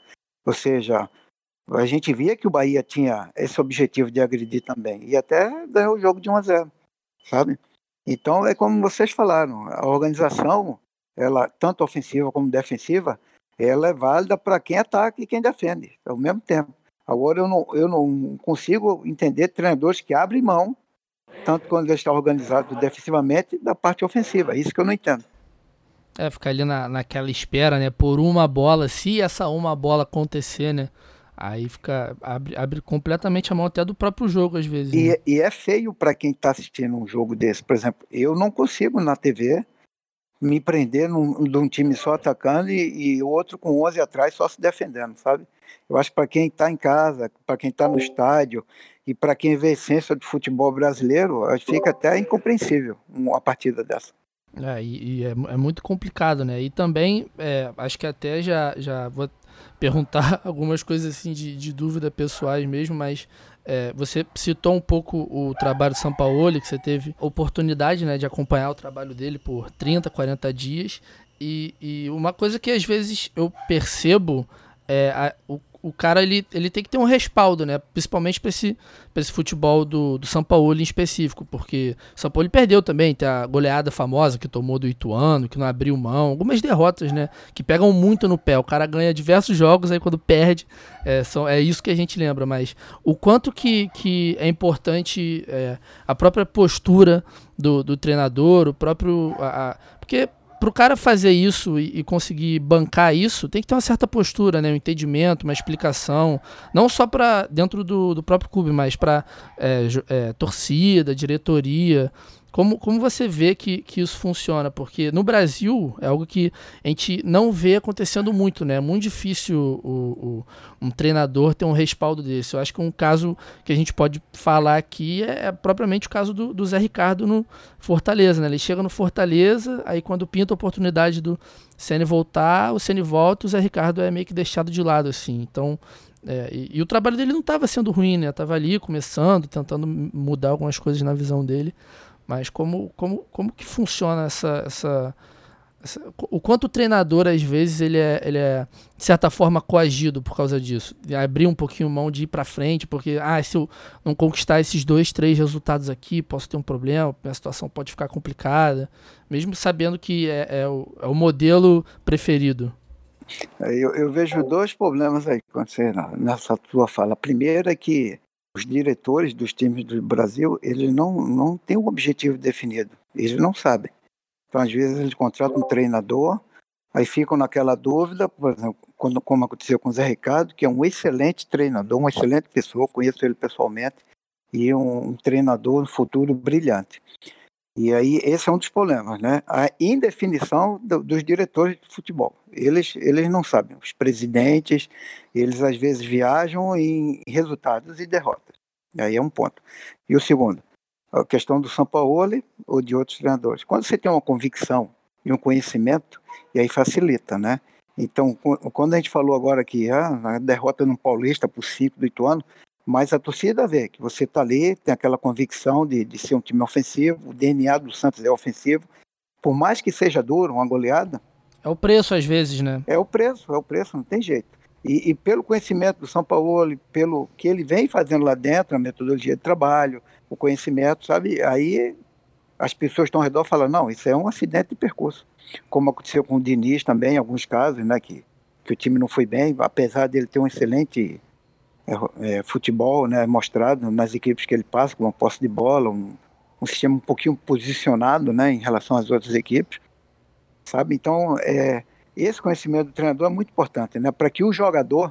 Ou seja, a gente via que o Bahia tinha esse objetivo de agredir também, e até ganhou o jogo de 1-0, sabe? Então é como vocês falaram, a organização, ela, tanto ofensiva como defensiva, ela é válida para quem ataca e quem defende, ao mesmo tempo. Agora eu não consigo entender treinadores que abrem mão, tanto quando ele está organizado defensivamente, da parte ofensiva, isso que eu não entendo. Ficar ali naquela espera, né, por uma bola, se essa uma bola acontecer, né, aí abre completamente a mão até do próprio jogo, às vezes. Né? E é feio para quem está assistindo um jogo desse. Por exemplo, eu não consigo na TV me prender num time só atacando e outro com 11 atrás só se defendendo, sabe? Eu acho que para quem está em casa, para quem está no estádio e para quem vê a essência do futebol brasileiro, fica até incompreensível uma partida dessa. É muito complicado, né? E também, acho que até já vou perguntar algumas coisas assim de dúvida pessoais mesmo, mas você citou um pouco o trabalho do Sampaoli, que você teve oportunidade, né, de acompanhar o trabalho dele por 30, 40 dias, e uma coisa que às vezes eu percebo o cara ele tem que ter um respaldo, né? Principalmente para esse futebol do Sampaoli em específico, porque o Sampaoli perdeu também, tem a goleada famosa que tomou do Ituano, que não abriu mão, algumas derrotas, né? Que pegam muito no pé. O cara ganha diversos jogos, aí quando perde, é isso que a gente lembra, mas o quanto que é importante a própria postura do treinador, o próprio... porque pro cara fazer isso e conseguir bancar isso, tem que ter uma certa postura, né? Um entendimento, uma explicação, não só para dentro do próprio clube, mas para torcida, diretoria. Como você vê que isso funciona? Porque no Brasil é algo que a gente não vê acontecendo muito, né? É muito difícil um treinador ter um respaldo desse. Eu acho que um caso que a gente pode falar aqui é propriamente o caso do Zé Ricardo no Fortaleza, né? Ele chega no Fortaleza, aí quando pinta a oportunidade do Ceni voltar, o Ceni volta, o Zé Ricardo é meio que deixado de lado, assim. Então... E o trabalho dele não estava sendo ruim, né? Estava ali começando, tentando mudar algumas coisas na visão dele. Mas como que funciona essa o quanto o treinador, às vezes, ele é, de certa forma, coagido por causa disso. De abrir um pouquinho mão de ir pra frente, porque, se eu não conquistar esses 2, 3 resultados aqui, posso ter um problema, a situação pode ficar complicada, mesmo sabendo que é o modelo preferido. Eu vejo 2 problemas aí nessa tua fala. A primeira é que os diretores dos times do Brasil, eles não têm um objetivo definido, eles não sabem. Então, às vezes, eles contratam um treinador, aí ficam naquela dúvida, por exemplo, como aconteceu com o Zé Ricardo, que é um excelente treinador, uma excelente pessoa, conheço ele pessoalmente, e um treinador no futuro brilhante. E aí, esse é um dos problemas, né? A indefinição dos diretores de futebol. Eles não sabem. Os presidentes, eles às vezes viajam em resultados e derrotas. E aí é um ponto. E o segundo, a questão do Sampaoli ou de outros treinadores. Quando você tem uma convicção e um conhecimento, e aí facilita, né? Então, quando a gente falou agora que a derrota no Paulista para o 5 do Ituano, mas a torcida vê que você está ali, tem aquela convicção de ser um time ofensivo, o DNA do Santos é ofensivo, por mais que seja duro, uma goleada... É o preço, às vezes, né? É o preço, não tem jeito. E pelo conhecimento do Sampaoli, pelo que ele vem fazendo lá dentro, a metodologia de trabalho, o conhecimento, sabe? Aí as pessoas que estão ao redor falam, não, isso é um acidente de percurso. Como aconteceu com o Diniz também, em alguns casos, né, que o time não foi bem, apesar dele ter um excelente... futebol, né, mostrado nas equipes que ele passa, com uma posse de bola, um sistema um pouquinho posicionado, né, em relação às outras equipes, sabe? Então, esse conhecimento do treinador é muito importante, né, para que o jogador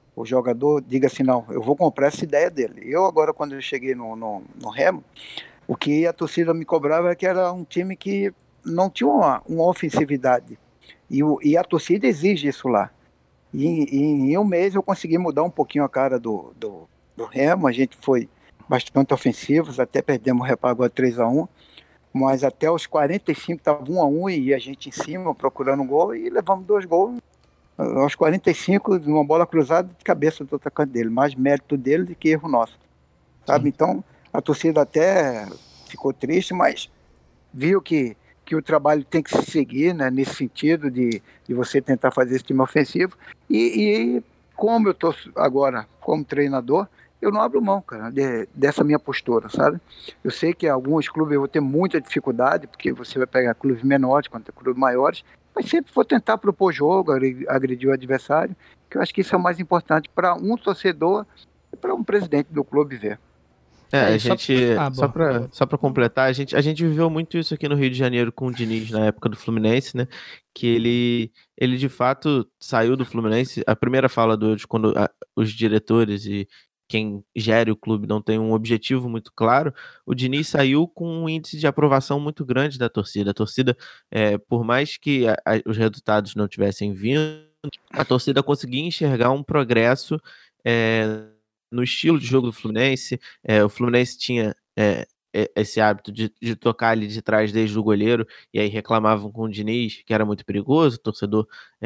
diga assim, não, eu vou comprar essa ideia dele. Eu agora, quando eu cheguei no Remo, o que a torcida me cobrava é que era um time que não tinha uma ofensividade, e a torcida exige isso lá. E em um mês eu consegui mudar um pouquinho a cara do Remo, a gente foi bastante ofensivos, até perdemos o repago a 3-1, mas até os 45 estava 1-1 e a gente em cima procurando um gol e levamos 2 gols. Aos 45, uma bola cruzada de cabeça do atacante dele, mais mérito dele do que erro nosso, sabe? Então a torcida até ficou triste, mas viu que o trabalho tem que se seguir, né, nesse sentido de você tentar fazer esse time ofensivo, e como eu estou agora como treinador, eu não abro mão, cara, dessa minha postura, sabe? Eu sei que alguns clubes eu vou ter muita dificuldade, porque você vai pegar clubes menores contra clubes maiores, mas sempre vou tentar propor jogo, agredir o adversário, que eu acho que isso é o mais importante para um torcedor e para um presidente do clube ver. A gente, só pra completar, a gente viveu muito isso aqui no Rio de Janeiro com o Diniz na época do Fluminense, né? Que ele de fato saiu do Fluminense. A primeira fala do hoje, quando os diretores e quem gere o clube não tem um objetivo muito claro, o Diniz saiu com um índice de aprovação muito grande da torcida. A torcida, por mais que os resultados não tivessem vindo, a torcida conseguia enxergar um progresso no estilo de jogo do Fluminense. O Fluminense tinha esse hábito de tocar ali de trás desde o goleiro, e aí reclamavam com o Diniz, que era muito perigoso, o torcedor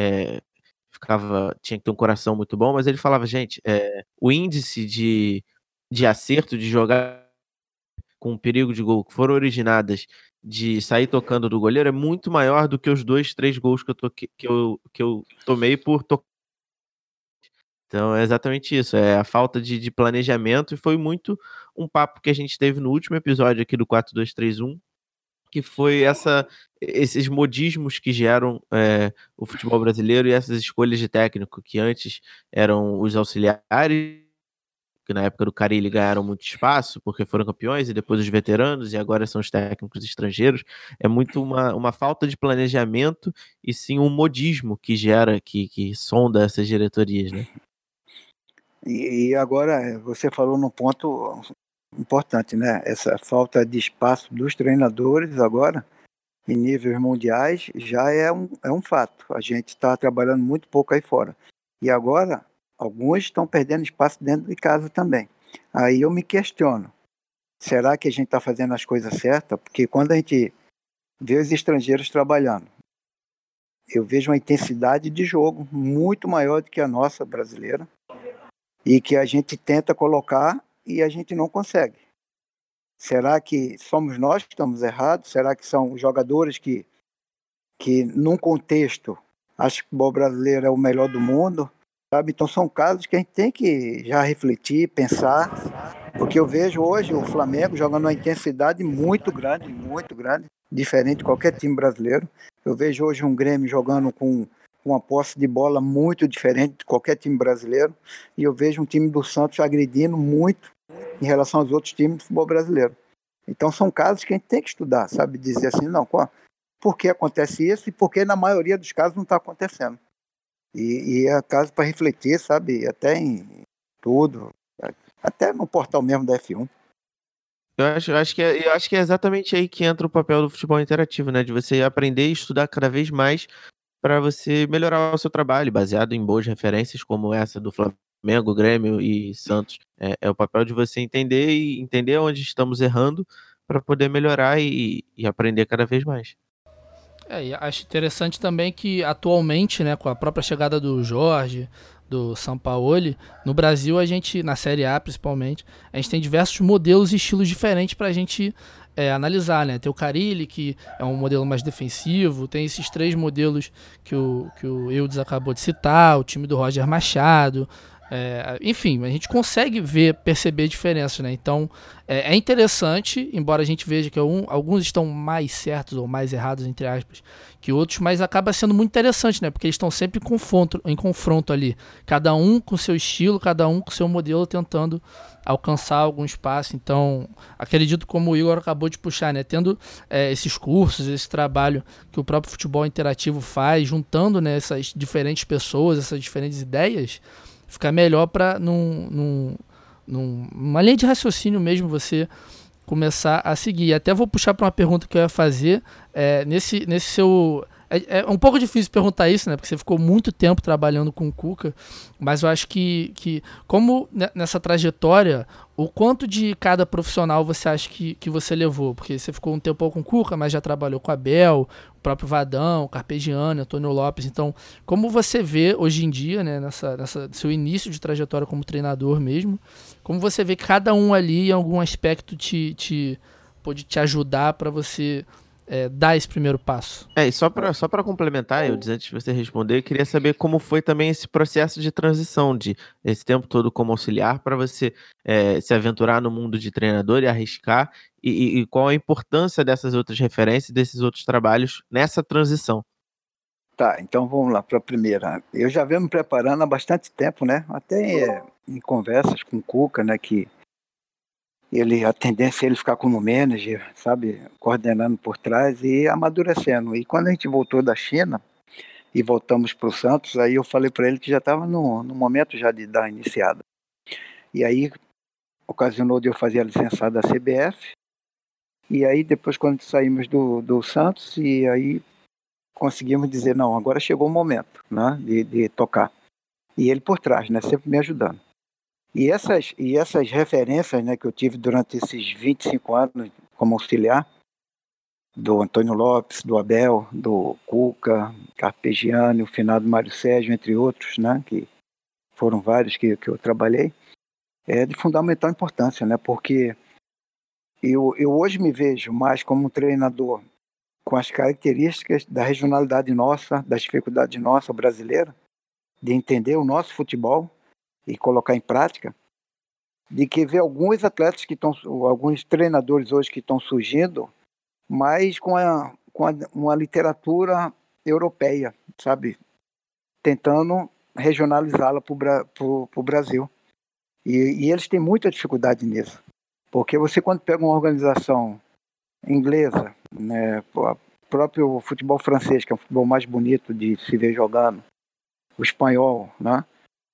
tinha que ter um coração muito bom, mas ele falava, gente, o índice de acerto de jogar com perigo de gol que foram originadas de sair tocando do goleiro é muito maior do que os 2, 3 gols que eu tomei por tocar. Então é exatamente isso, é a falta de planejamento, e foi muito um papo que a gente teve no último episódio aqui do 4231, que foi esses modismos que geram o futebol brasileiro e essas escolhas de técnico, que antes eram os auxiliares, que na época do Carille ganharam muito espaço, porque foram campeões, e depois os veteranos, e agora são os técnicos estrangeiros. É muito uma falta de planejamento, e sim um modismo que gera, que sonda essas diretorias, né? E agora você falou num ponto importante, né? Essa falta de espaço dos treinadores agora, em níveis mundiais, já é um fato. A gente está trabalhando muito pouco aí fora. E agora, alguns estão perdendo espaço dentro de casa também. Aí eu me questiono, será que a gente está fazendo as coisas certas? Porque quando a gente vê os estrangeiros trabalhando, eu vejo uma intensidade de jogo muito maior do que a nossa brasileira, e que a gente tenta colocar e a gente não consegue. Será que somos nós que estamos errados? Será que são os jogadores que num contexto, acham que o futebol brasileiro é o melhor do mundo? Sabe? Então são casos que a gente tem que já refletir, pensar, porque eu vejo hoje o Flamengo jogando uma intensidade muito grande, diferente de qualquer time brasileiro. Eu vejo hoje um Grêmio jogando com uma posse de bola muito diferente de qualquer time brasileiro, e eu vejo um time do Santos agredindo muito em relação aos outros times do futebol brasileiro. Então são casos que a gente tem que estudar, sabe? Dizer assim, não, por que acontece isso e por que na maioria dos casos não está acontecendo. E é caso para refletir, sabe? Até em tudo, até no portal mesmo da F1. Eu acho que é exatamente aí que entra o papel do futebol interativo, né? De você aprender e estudar cada vez mais para você melhorar o seu trabalho, baseado em boas referências como essa do Flamengo, Grêmio e Santos. É o papel de você entender onde estamos errando para poder melhorar e aprender cada vez mais. E acho interessante também que atualmente, né, com a própria chegada do Jorge, do Sampaoli, no Brasil a gente, na Série A principalmente, a gente tem diversos modelos e estilos diferentes para a gente analisar, né? Tem o Carille, que é um modelo mais defensivo, tem esses 3 modelos que o Eudes acabou de citar, o time do Roger Machado, enfim, a gente consegue perceber diferenças, né? Então é interessante, embora a gente veja que alguns estão mais certos ou mais errados, entre aspas, que outros, mas acaba sendo muito interessante, né? Porque eles estão sempre em confronto ali, cada um com seu estilo, cada um com seu modelo, tentando alcançar algum espaço. Então acredito, como o Igor acabou de puxar, né? Tendo esses cursos, esse trabalho que o próprio futebol interativo faz, juntando, né, essas diferentes pessoas, essas diferentes ideias, fica melhor para numa linha de raciocínio mesmo você começar a seguir. Até vou puxar para uma pergunta que eu ia fazer. Nesse seu... É um pouco difícil perguntar isso, né? Porque você ficou muito tempo trabalhando com o Cuca, mas eu acho que como nessa trajetória, o quanto de cada profissional você acha que você levou? Porque você ficou um tempo com o Cuca, mas já trabalhou com a Abel, o próprio Vadão, Carpegiani, Antônio Lopes. Então, como você vê hoje em dia, né, nessa seu início de trajetória como treinador mesmo, como você vê que cada um ali, em algum aspecto, pode te ajudar para você dar esse primeiro passo? E só para complementar, Eudes, antes de você responder, eu queria saber como foi também esse processo de transição, de esse tempo todo como auxiliar, para você se aventurar no mundo de treinador e arriscar, e qual a importância dessas outras referências, desses outros trabalhos nessa transição. Tá, então vamos lá para a primeira. Eu já venho me preparando há bastante tempo, né? Até em conversas com o Cuca, né? Que a tendência é ele ficar como manager, sabe? Coordenando por trás e amadurecendo. E quando a gente voltou da China e voltamos para o Santos, aí eu falei para ele que já estava no momento já de dar a iniciada. E aí ocasionou de eu fazer a licenciada da CBF. E aí depois quando saímos do Santos, e aí conseguimos dizer, não, agora chegou o momento, né, de tocar. E ele por trás, né, sempre me ajudando. E essas referências, né, que eu tive durante esses 25 anos como auxiliar, do Antônio Lopes, do Abel, do Cuca, Carpegiani, o finado Mário Sérgio, entre outros, né, que foram vários que eu trabalhei, é de fundamental importância, né, porque eu hoje me vejo mais como um treinador com as características da regionalidade nossa, das dificuldades nossa brasileira, de entender o nosso futebol e colocar em prática, de que ver alguns atletas alguns treinadores hoje que estão surgindo, mas com uma literatura europeia, sabe? Tentando regionalizá-la para o Brasil. E eles têm muita dificuldade nisso. Porque você, quando pega uma organização inglesa, né, o próprio futebol francês, que é o futebol mais bonito de se ver jogando, o espanhol, né,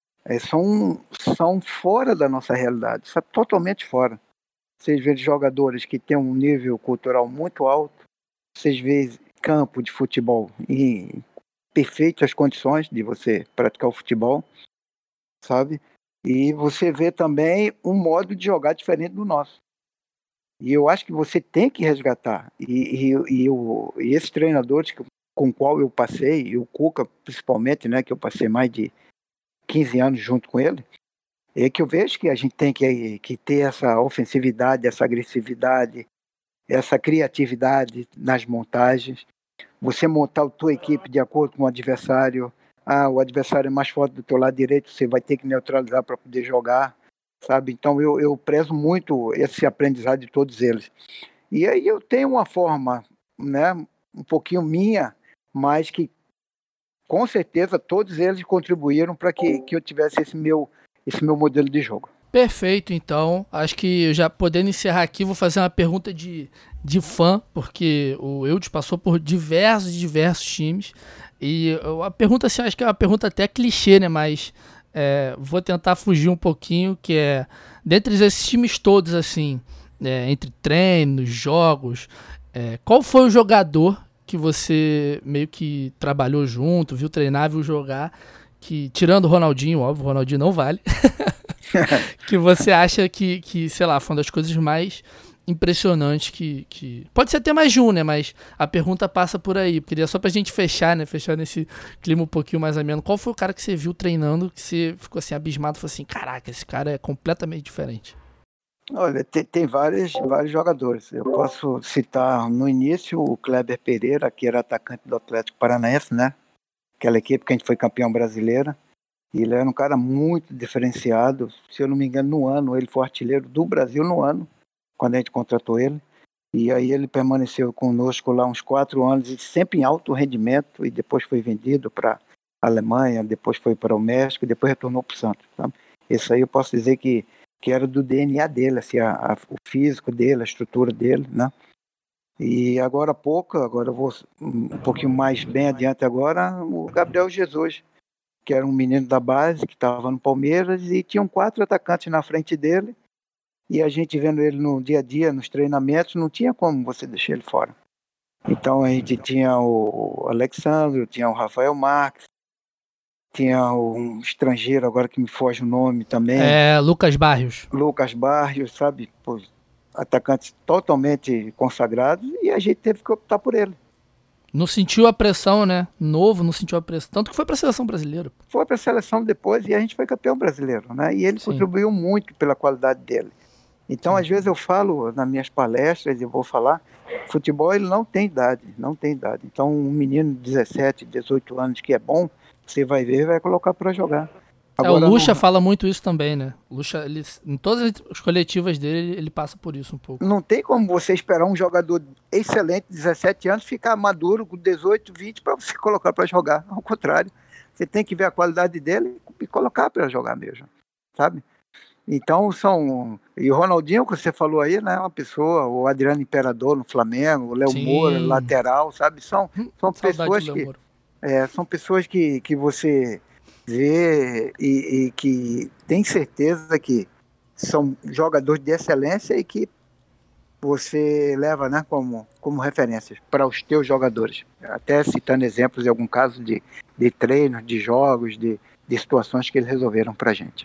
são fora da nossa realidade, sabe, totalmente fora. Vocês veem jogadores que têm um nível cultural muito alto, vocês veem campo de futebol em perfeitas condições de você praticar o futebol, sabe? E você vê também um modo de jogar diferente do nosso. E eu acho que você tem que resgatar. E esses treinadores com o qual eu passei, e o Cuca principalmente, né, que eu passei mais de 15 anos junto com ele, é que eu vejo que a gente tem que ter essa ofensividade, essa agressividade, essa criatividade nas montagens. Você montar a tua equipe de acordo com o adversário. O adversário é mais forte do teu lado direito, você vai ter que neutralizar para poder jogar, sabe? Então eu prezo muito esse aprendizado de todos eles. E aí eu tenho uma forma, né, um pouquinho minha, mas que com certeza todos eles contribuíram para que eu tivesse esse meu modelo de jogo. Perfeito, então. Acho que já podendo encerrar aqui, vou fazer uma pergunta de fã, porque o Eudes passou por diversos times. E a pergunta, assim, acho que é uma pergunta até clichê, né? Mas vou tentar fugir um pouquinho, que é, dentre esses times todos, assim, entre treinos, jogos, qual foi o jogador que você meio que trabalhou junto, viu treinar, viu jogar, que, tirando o Ronaldinho, óbvio, o Ronaldinho não vale, que você acha que, sei lá, foi uma das coisas mais impressionantes que... Pode ser até mais de um, né? Mas a pergunta passa por aí. Queria só pra gente fechar, né? Fechar nesse clima um pouquinho mais ameno. Qual foi o cara que você viu treinando, que você ficou assim, abismado, falou assim, caraca, esse cara é completamente diferente? Olha, tem vários jogadores. Eu posso citar no início o Kleber Pereira, que era atacante do Atlético Paranaense, né? Aquela equipe que a gente foi campeão brasileira. E ele era um cara muito diferenciado. Se eu não me engano, no ano, ele foi artilheiro do Brasil no ano, quando a gente contratou ele. E aí ele permaneceu conosco lá uns 4 anos, e sempre em alto rendimento, e depois foi vendido para a Alemanha, depois foi para o México, e depois retornou para o Santos. Tá? Esse aí eu posso dizer que era do DNA dele, assim, o físico dele, a estrutura dele, né? E agora há pouco, agora eu vou um pouquinho mais bem adiante agora, o Gabriel Jesus, que era um menino da base, que estava no Palmeiras, e tinham 4 atacantes na frente dele, e a gente vendo ele no dia a dia, nos treinamentos, não tinha como você deixar ele fora. Então a gente tinha o Alexandre, tinha o Rafael Marques, tinha um estrangeiro agora que me foge o nome também. Lucas Barrios. Lucas Barrios, sabe? Pô, atacantes totalmente consagrados, e a gente teve que optar por ele. Não sentiu a pressão, né? Novo, não sentiu a pressão. Tanto que foi para a seleção brasileira. Foi para a seleção depois e a gente foi campeão brasileiro, né? E ele contribuiu muito pela qualidade dele. Então, às vezes eu falo nas minhas palestras, e vou falar, futebol ele não tem idade, não tem idade. Então, um menino de 17, 18 anos que é bom, você vai ver e vai colocar para jogar. O Lucha fala muito isso também, né? O Lucha, em todas as coletivas dele, ele passa por isso um pouco. Não tem como você esperar um jogador excelente, 17 anos, ficar maduro com 18, 20 para você colocar para jogar. Ao contrário, você tem que ver a qualidade dele e colocar para jogar mesmo, sabe? Então e o Ronaldinho, que você falou aí, né? Uma pessoa, o Adriano Imperador no Flamengo, o Léo Moura, lateral, sabe? São pessoas que você vê e que tem certeza que são jogadores de excelência e que você leva, né, como referências para os teus jogadores. Até citando exemplos de algum caso de treinos, de jogos, de situações que eles resolveram para a gente.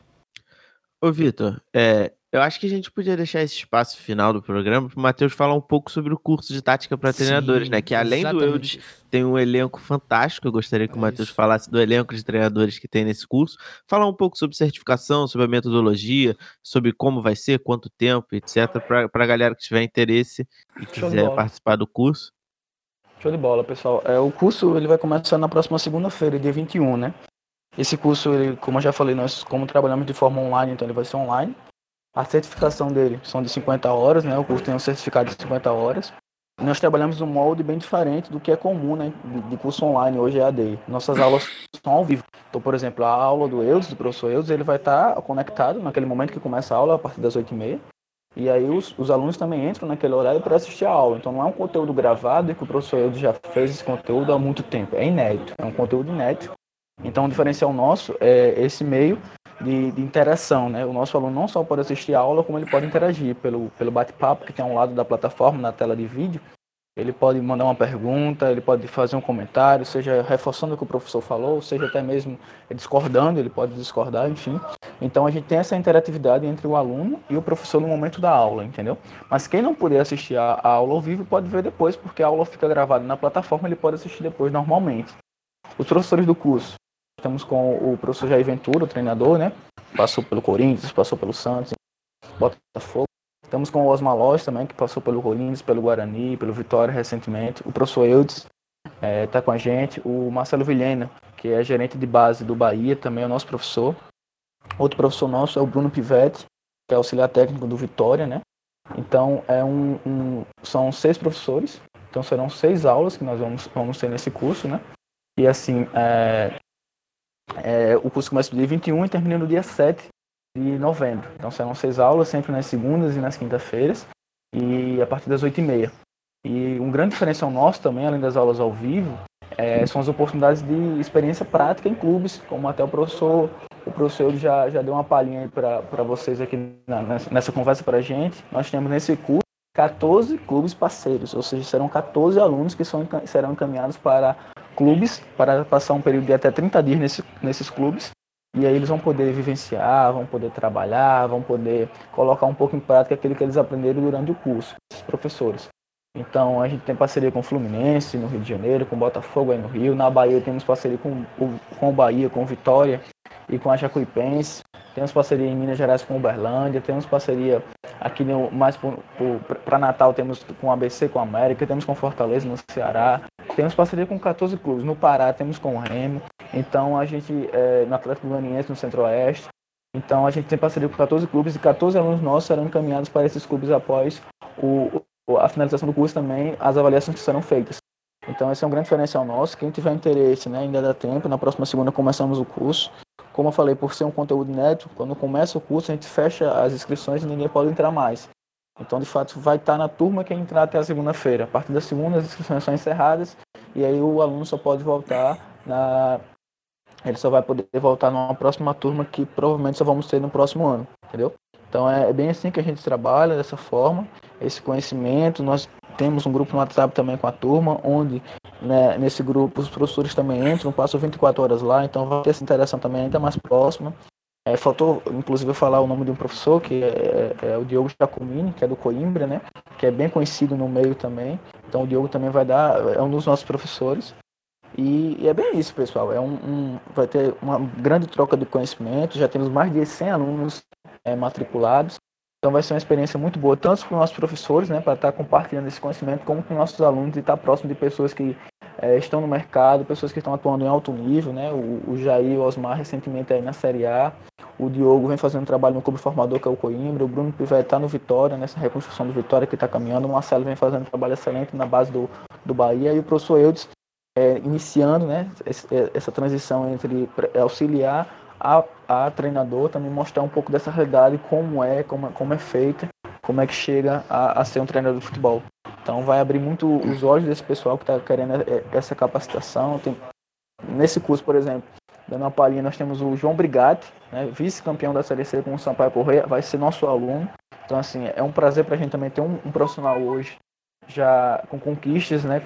Ô, Vitor, eu acho que a gente podia deixar esse espaço final do programa para o Matheus falar um pouco sobre o curso de tática para treinadores, né? Que além do Eudes, tem um elenco fantástico. Eu gostaria que o Matheus falasse do elenco de treinadores que tem nesse curso. Falar um pouco sobre certificação, sobre a metodologia, sobre como vai ser, quanto tempo, etc. Para a galera que tiver interesse e quiser participar do curso. Show de bola, pessoal. O curso ele vai começar na próxima segunda-feira, dia 21, né? Esse curso, ele, como eu já falei, nós como trabalhamos de forma online, então ele vai ser online. A certificação dele são de 50 horas, né? O curso tem um certificado de 50 horas. E nós trabalhamos um molde bem diferente do que é comum, né? De curso online, hoje é AD. Nossas aulas são ao vivo. Então, por exemplo, a aula do Eudes, do professor Eudes, ele vai estar conectado naquele momento que começa a aula, a partir das 8h30. E aí os alunos também entram naquele horário para assistir a aula. Então não é um conteúdo gravado e que o professor Eudes já fez esse conteúdo há muito tempo. É inédito, é um conteúdo inédito. Então o diferencial nosso é esse meio de interação, né? O nosso aluno não só pode assistir a aula, como ele pode interagir pelo bate-papo que tem ao lado da plataforma, na tela de vídeo. Ele pode mandar uma pergunta, ele pode fazer um comentário, seja reforçando o que o professor falou, seja até mesmo discordando, ele pode discordar, enfim. Então a gente tem essa interatividade entre o aluno e o professor no momento da aula, entendeu? Mas quem não puder assistir a aula ao vivo pode ver depois, porque a aula fica gravada na plataforma, ele pode assistir depois normalmente. Os professores do curso, estamos com o professor Jair Ventura, o treinador, né? Passou pelo Corinthians, passou pelo Santos, Botafogo. Estamos com o Osmar Loz também, que passou pelo Corinthians, pelo Guarani, pelo Vitória recentemente. O professor Eudes está com a gente. O Marcelo Vilhena, que é gerente de base do Bahia, também é o nosso professor. Outro professor nosso é o Bruno Pivetti, que é auxiliar técnico do Vitória, né? Então, são 6 professores. Então, serão 6 aulas que nós vamos ter nesse curso, né? E assim, o curso começa no dia 21 e termina no dia 7 de novembro. Então serão 6 aulas, sempre nas segundas e nas quintas-feiras, e a partir das 8h30. E um grande diferencial nosso também, além das aulas ao vivo, são as oportunidades de experiência prática em clubes, como até o professor já deu uma palhinha aí para vocês aqui nessa conversa para a gente. Nós temos nesse curso 14 clubes parceiros, ou seja, serão 14 alunos que serão encaminhados para clubes, para passar um período de até 30 dias nesses clubes, e aí eles vão poder vivenciar, vão poder trabalhar, vão poder colocar um pouco em prática aquilo que eles aprenderam durante o curso, esses professores. Então a gente tem parceria com o Fluminense no Rio de Janeiro, com o Botafogo aí no Rio, na Bahia temos parceria com o Bahia, com o Vitória e com a Jacuipense, temos parceria em Minas Gerais com o Uberlândia, temos parceria aqui mais para Natal, temos com o ABC, com a América, temos com Fortaleza no Ceará, temos parceria com 14 clubes, no Pará temos com o Remo, então a gente, no Atlético Goianiense, no Centro-Oeste, então a gente tem parceria com 14 clubes e 14 alunos nossos serão encaminhados para esses clubes após a finalização do curso também, as avaliações que serão feitas. Então esse é um grande diferencial nosso. Quem tiver interesse, né, ainda dá tempo, na próxima segunda começamos o curso. Como eu falei, por ser um conteúdo inédito, quando começa o curso a gente fecha as inscrições e ninguém pode entrar mais. Então de fato vai estar na turma quem entrar até a segunda-feira. A partir da segunda as inscrições são encerradas e aí o aluno só pode voltar ele só vai poder voltar numa próxima turma que provavelmente só vamos ter no próximo ano, entendeu? Então é bem assim que a gente trabalha, dessa forma, esse conhecimento. Nós temos um grupo no WhatsApp também com a turma, onde, né, nesse grupo os professores também entram, passam 24 horas lá, então vai ter essa interação também ainda mais próxima. Faltou, inclusive, falar o nome de um professor, que é o Diogo Giacomini, que é do Coimbra, né, que é bem conhecido no meio também. Então o Diogo também é um dos nossos professores. E é bem isso, pessoal. Vai ter uma grande troca de conhecimento. Já temos mais de 100 alunos matriculados. Então vai ser uma experiência muito boa, tanto para os nossos professores, né, para estar compartilhando esse conhecimento, como com nossos alunos e estar próximo de pessoas que estão no mercado, pessoas que estão atuando em alto nível, né, o Jair, o Osmar recentemente aí na Série A, o Diogo vem fazendo trabalho no clube formador que é o Coimbra, o Bruno Pivetti está no Vitória, nessa reconstrução do Vitória que está caminhando, o Marcelo vem fazendo um trabalho excelente na base do Bahia, e o professor Eudes iniciando, né, essa transição entre auxiliar a treinador, também mostrar um pouco dessa realidade, como é feita, como é que chega a ser um treinador de futebol. Então vai abrir muito os olhos desse pessoal que está querendo essa capacitação. Nesse curso, por exemplo, dando uma palhinha, nós temos o João Brigatti, né, vice-campeão da Série C com o Sampaio Corrêa, vai ser nosso aluno. Então, assim, é um prazer para a gente também ter um profissional hoje já com conquistas, né,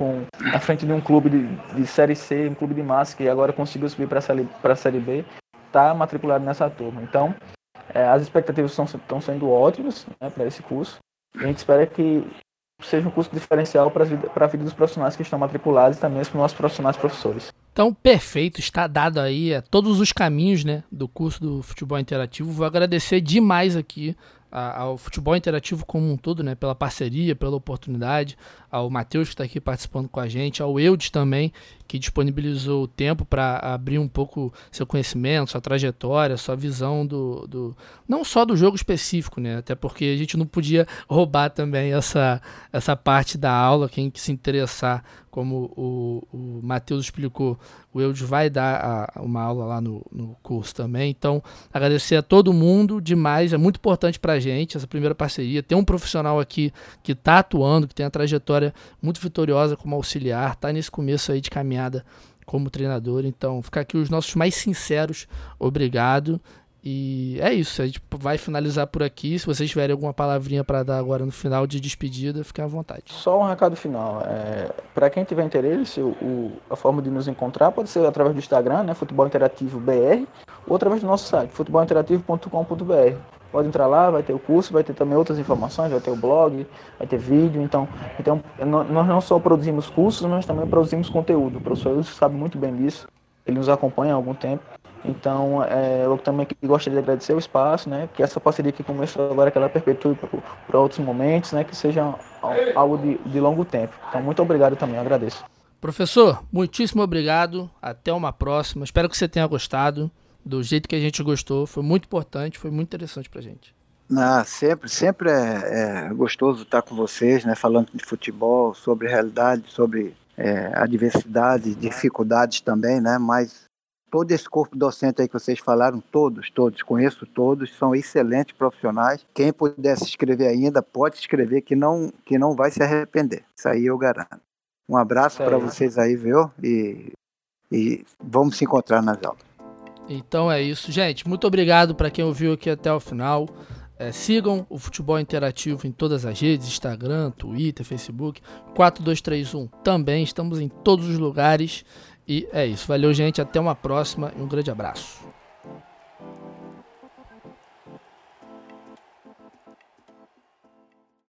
à frente de um clube de Série C, um clube de massa, que agora conseguiu subir para a Série B, está matriculado nessa turma. Então, as expectativas estão sendo ótimas, né, para esse curso. A gente espera que seja um curso diferencial para a vida dos profissionais que estão matriculados e também para os nossos profissionais professores. Então, perfeito, está dado aí todos os caminhos, né, do curso do Futebol Interativo. Vou agradecer demais aqui ao Futebol Interativo como um todo, né, pela parceria, pela oportunidade, ao Matheus que está aqui participando com a gente, ao Eudes também, que disponibilizou o tempo para abrir um pouco seu conhecimento, sua trajetória, sua visão não só do jogo específico, né, até porque a gente não podia roubar também essa parte da aula. Quem se interessar, como o Matheus explicou, o Eudes vai dar uma aula lá no curso também. Então, agradecer a todo mundo demais, é muito importante para a gente essa primeira parceria, ter um profissional aqui que está atuando, que tem a trajetória muito vitoriosa como auxiliar, está nesse começo aí de caminhada como treinador. Então, ficar aqui os nossos mais sinceros obrigado. E é isso, a gente vai finalizar por aqui. Se vocês tiverem alguma palavrinha para dar agora no final de despedida, fiquem à vontade. Só um recado final. Para quem tiver interesse, a forma de nos encontrar pode ser através do Instagram, né, Futebol Interativo BR, ou através do nosso site, futebolinterativo.com.br. Pode entrar lá, vai ter o curso, vai ter também outras informações, vai ter o blog, vai ter vídeo. Então nós não só produzimos cursos, mas também produzimos conteúdo. O professor Wilson sabe muito bem disso, ele nos acompanha há algum tempo. Então, eu também gostaria de agradecer o espaço, né, que essa parceria que começou agora, que ela perpetue para outros momentos, né, que seja algo de longo tempo. Então, muito obrigado também, eu agradeço. Professor, muitíssimo obrigado, até uma próxima. Espero que você tenha gostado do jeito que a gente gostou. Foi muito importante, foi muito interessante pra gente. Sempre é gostoso estar com vocês, né, falando de futebol, sobre realidade, sobre adversidades, dificuldades também, né, mas todo esse corpo docente aí que vocês falaram, todos, conheço todos, são excelentes profissionais. Quem puder se inscrever ainda, pode se inscrever, que não vai se arrepender. Isso aí eu garanto. Um abraço para vocês aí, viu? E vamos se encontrar nas aulas. Então é isso, gente. Muito obrigado para quem ouviu aqui até o final. Sigam o Futebol Interativo em todas as redes, Instagram, Twitter, Facebook, 4231 também, estamos em todos os lugares. E é isso, valeu gente, até uma próxima e um grande abraço.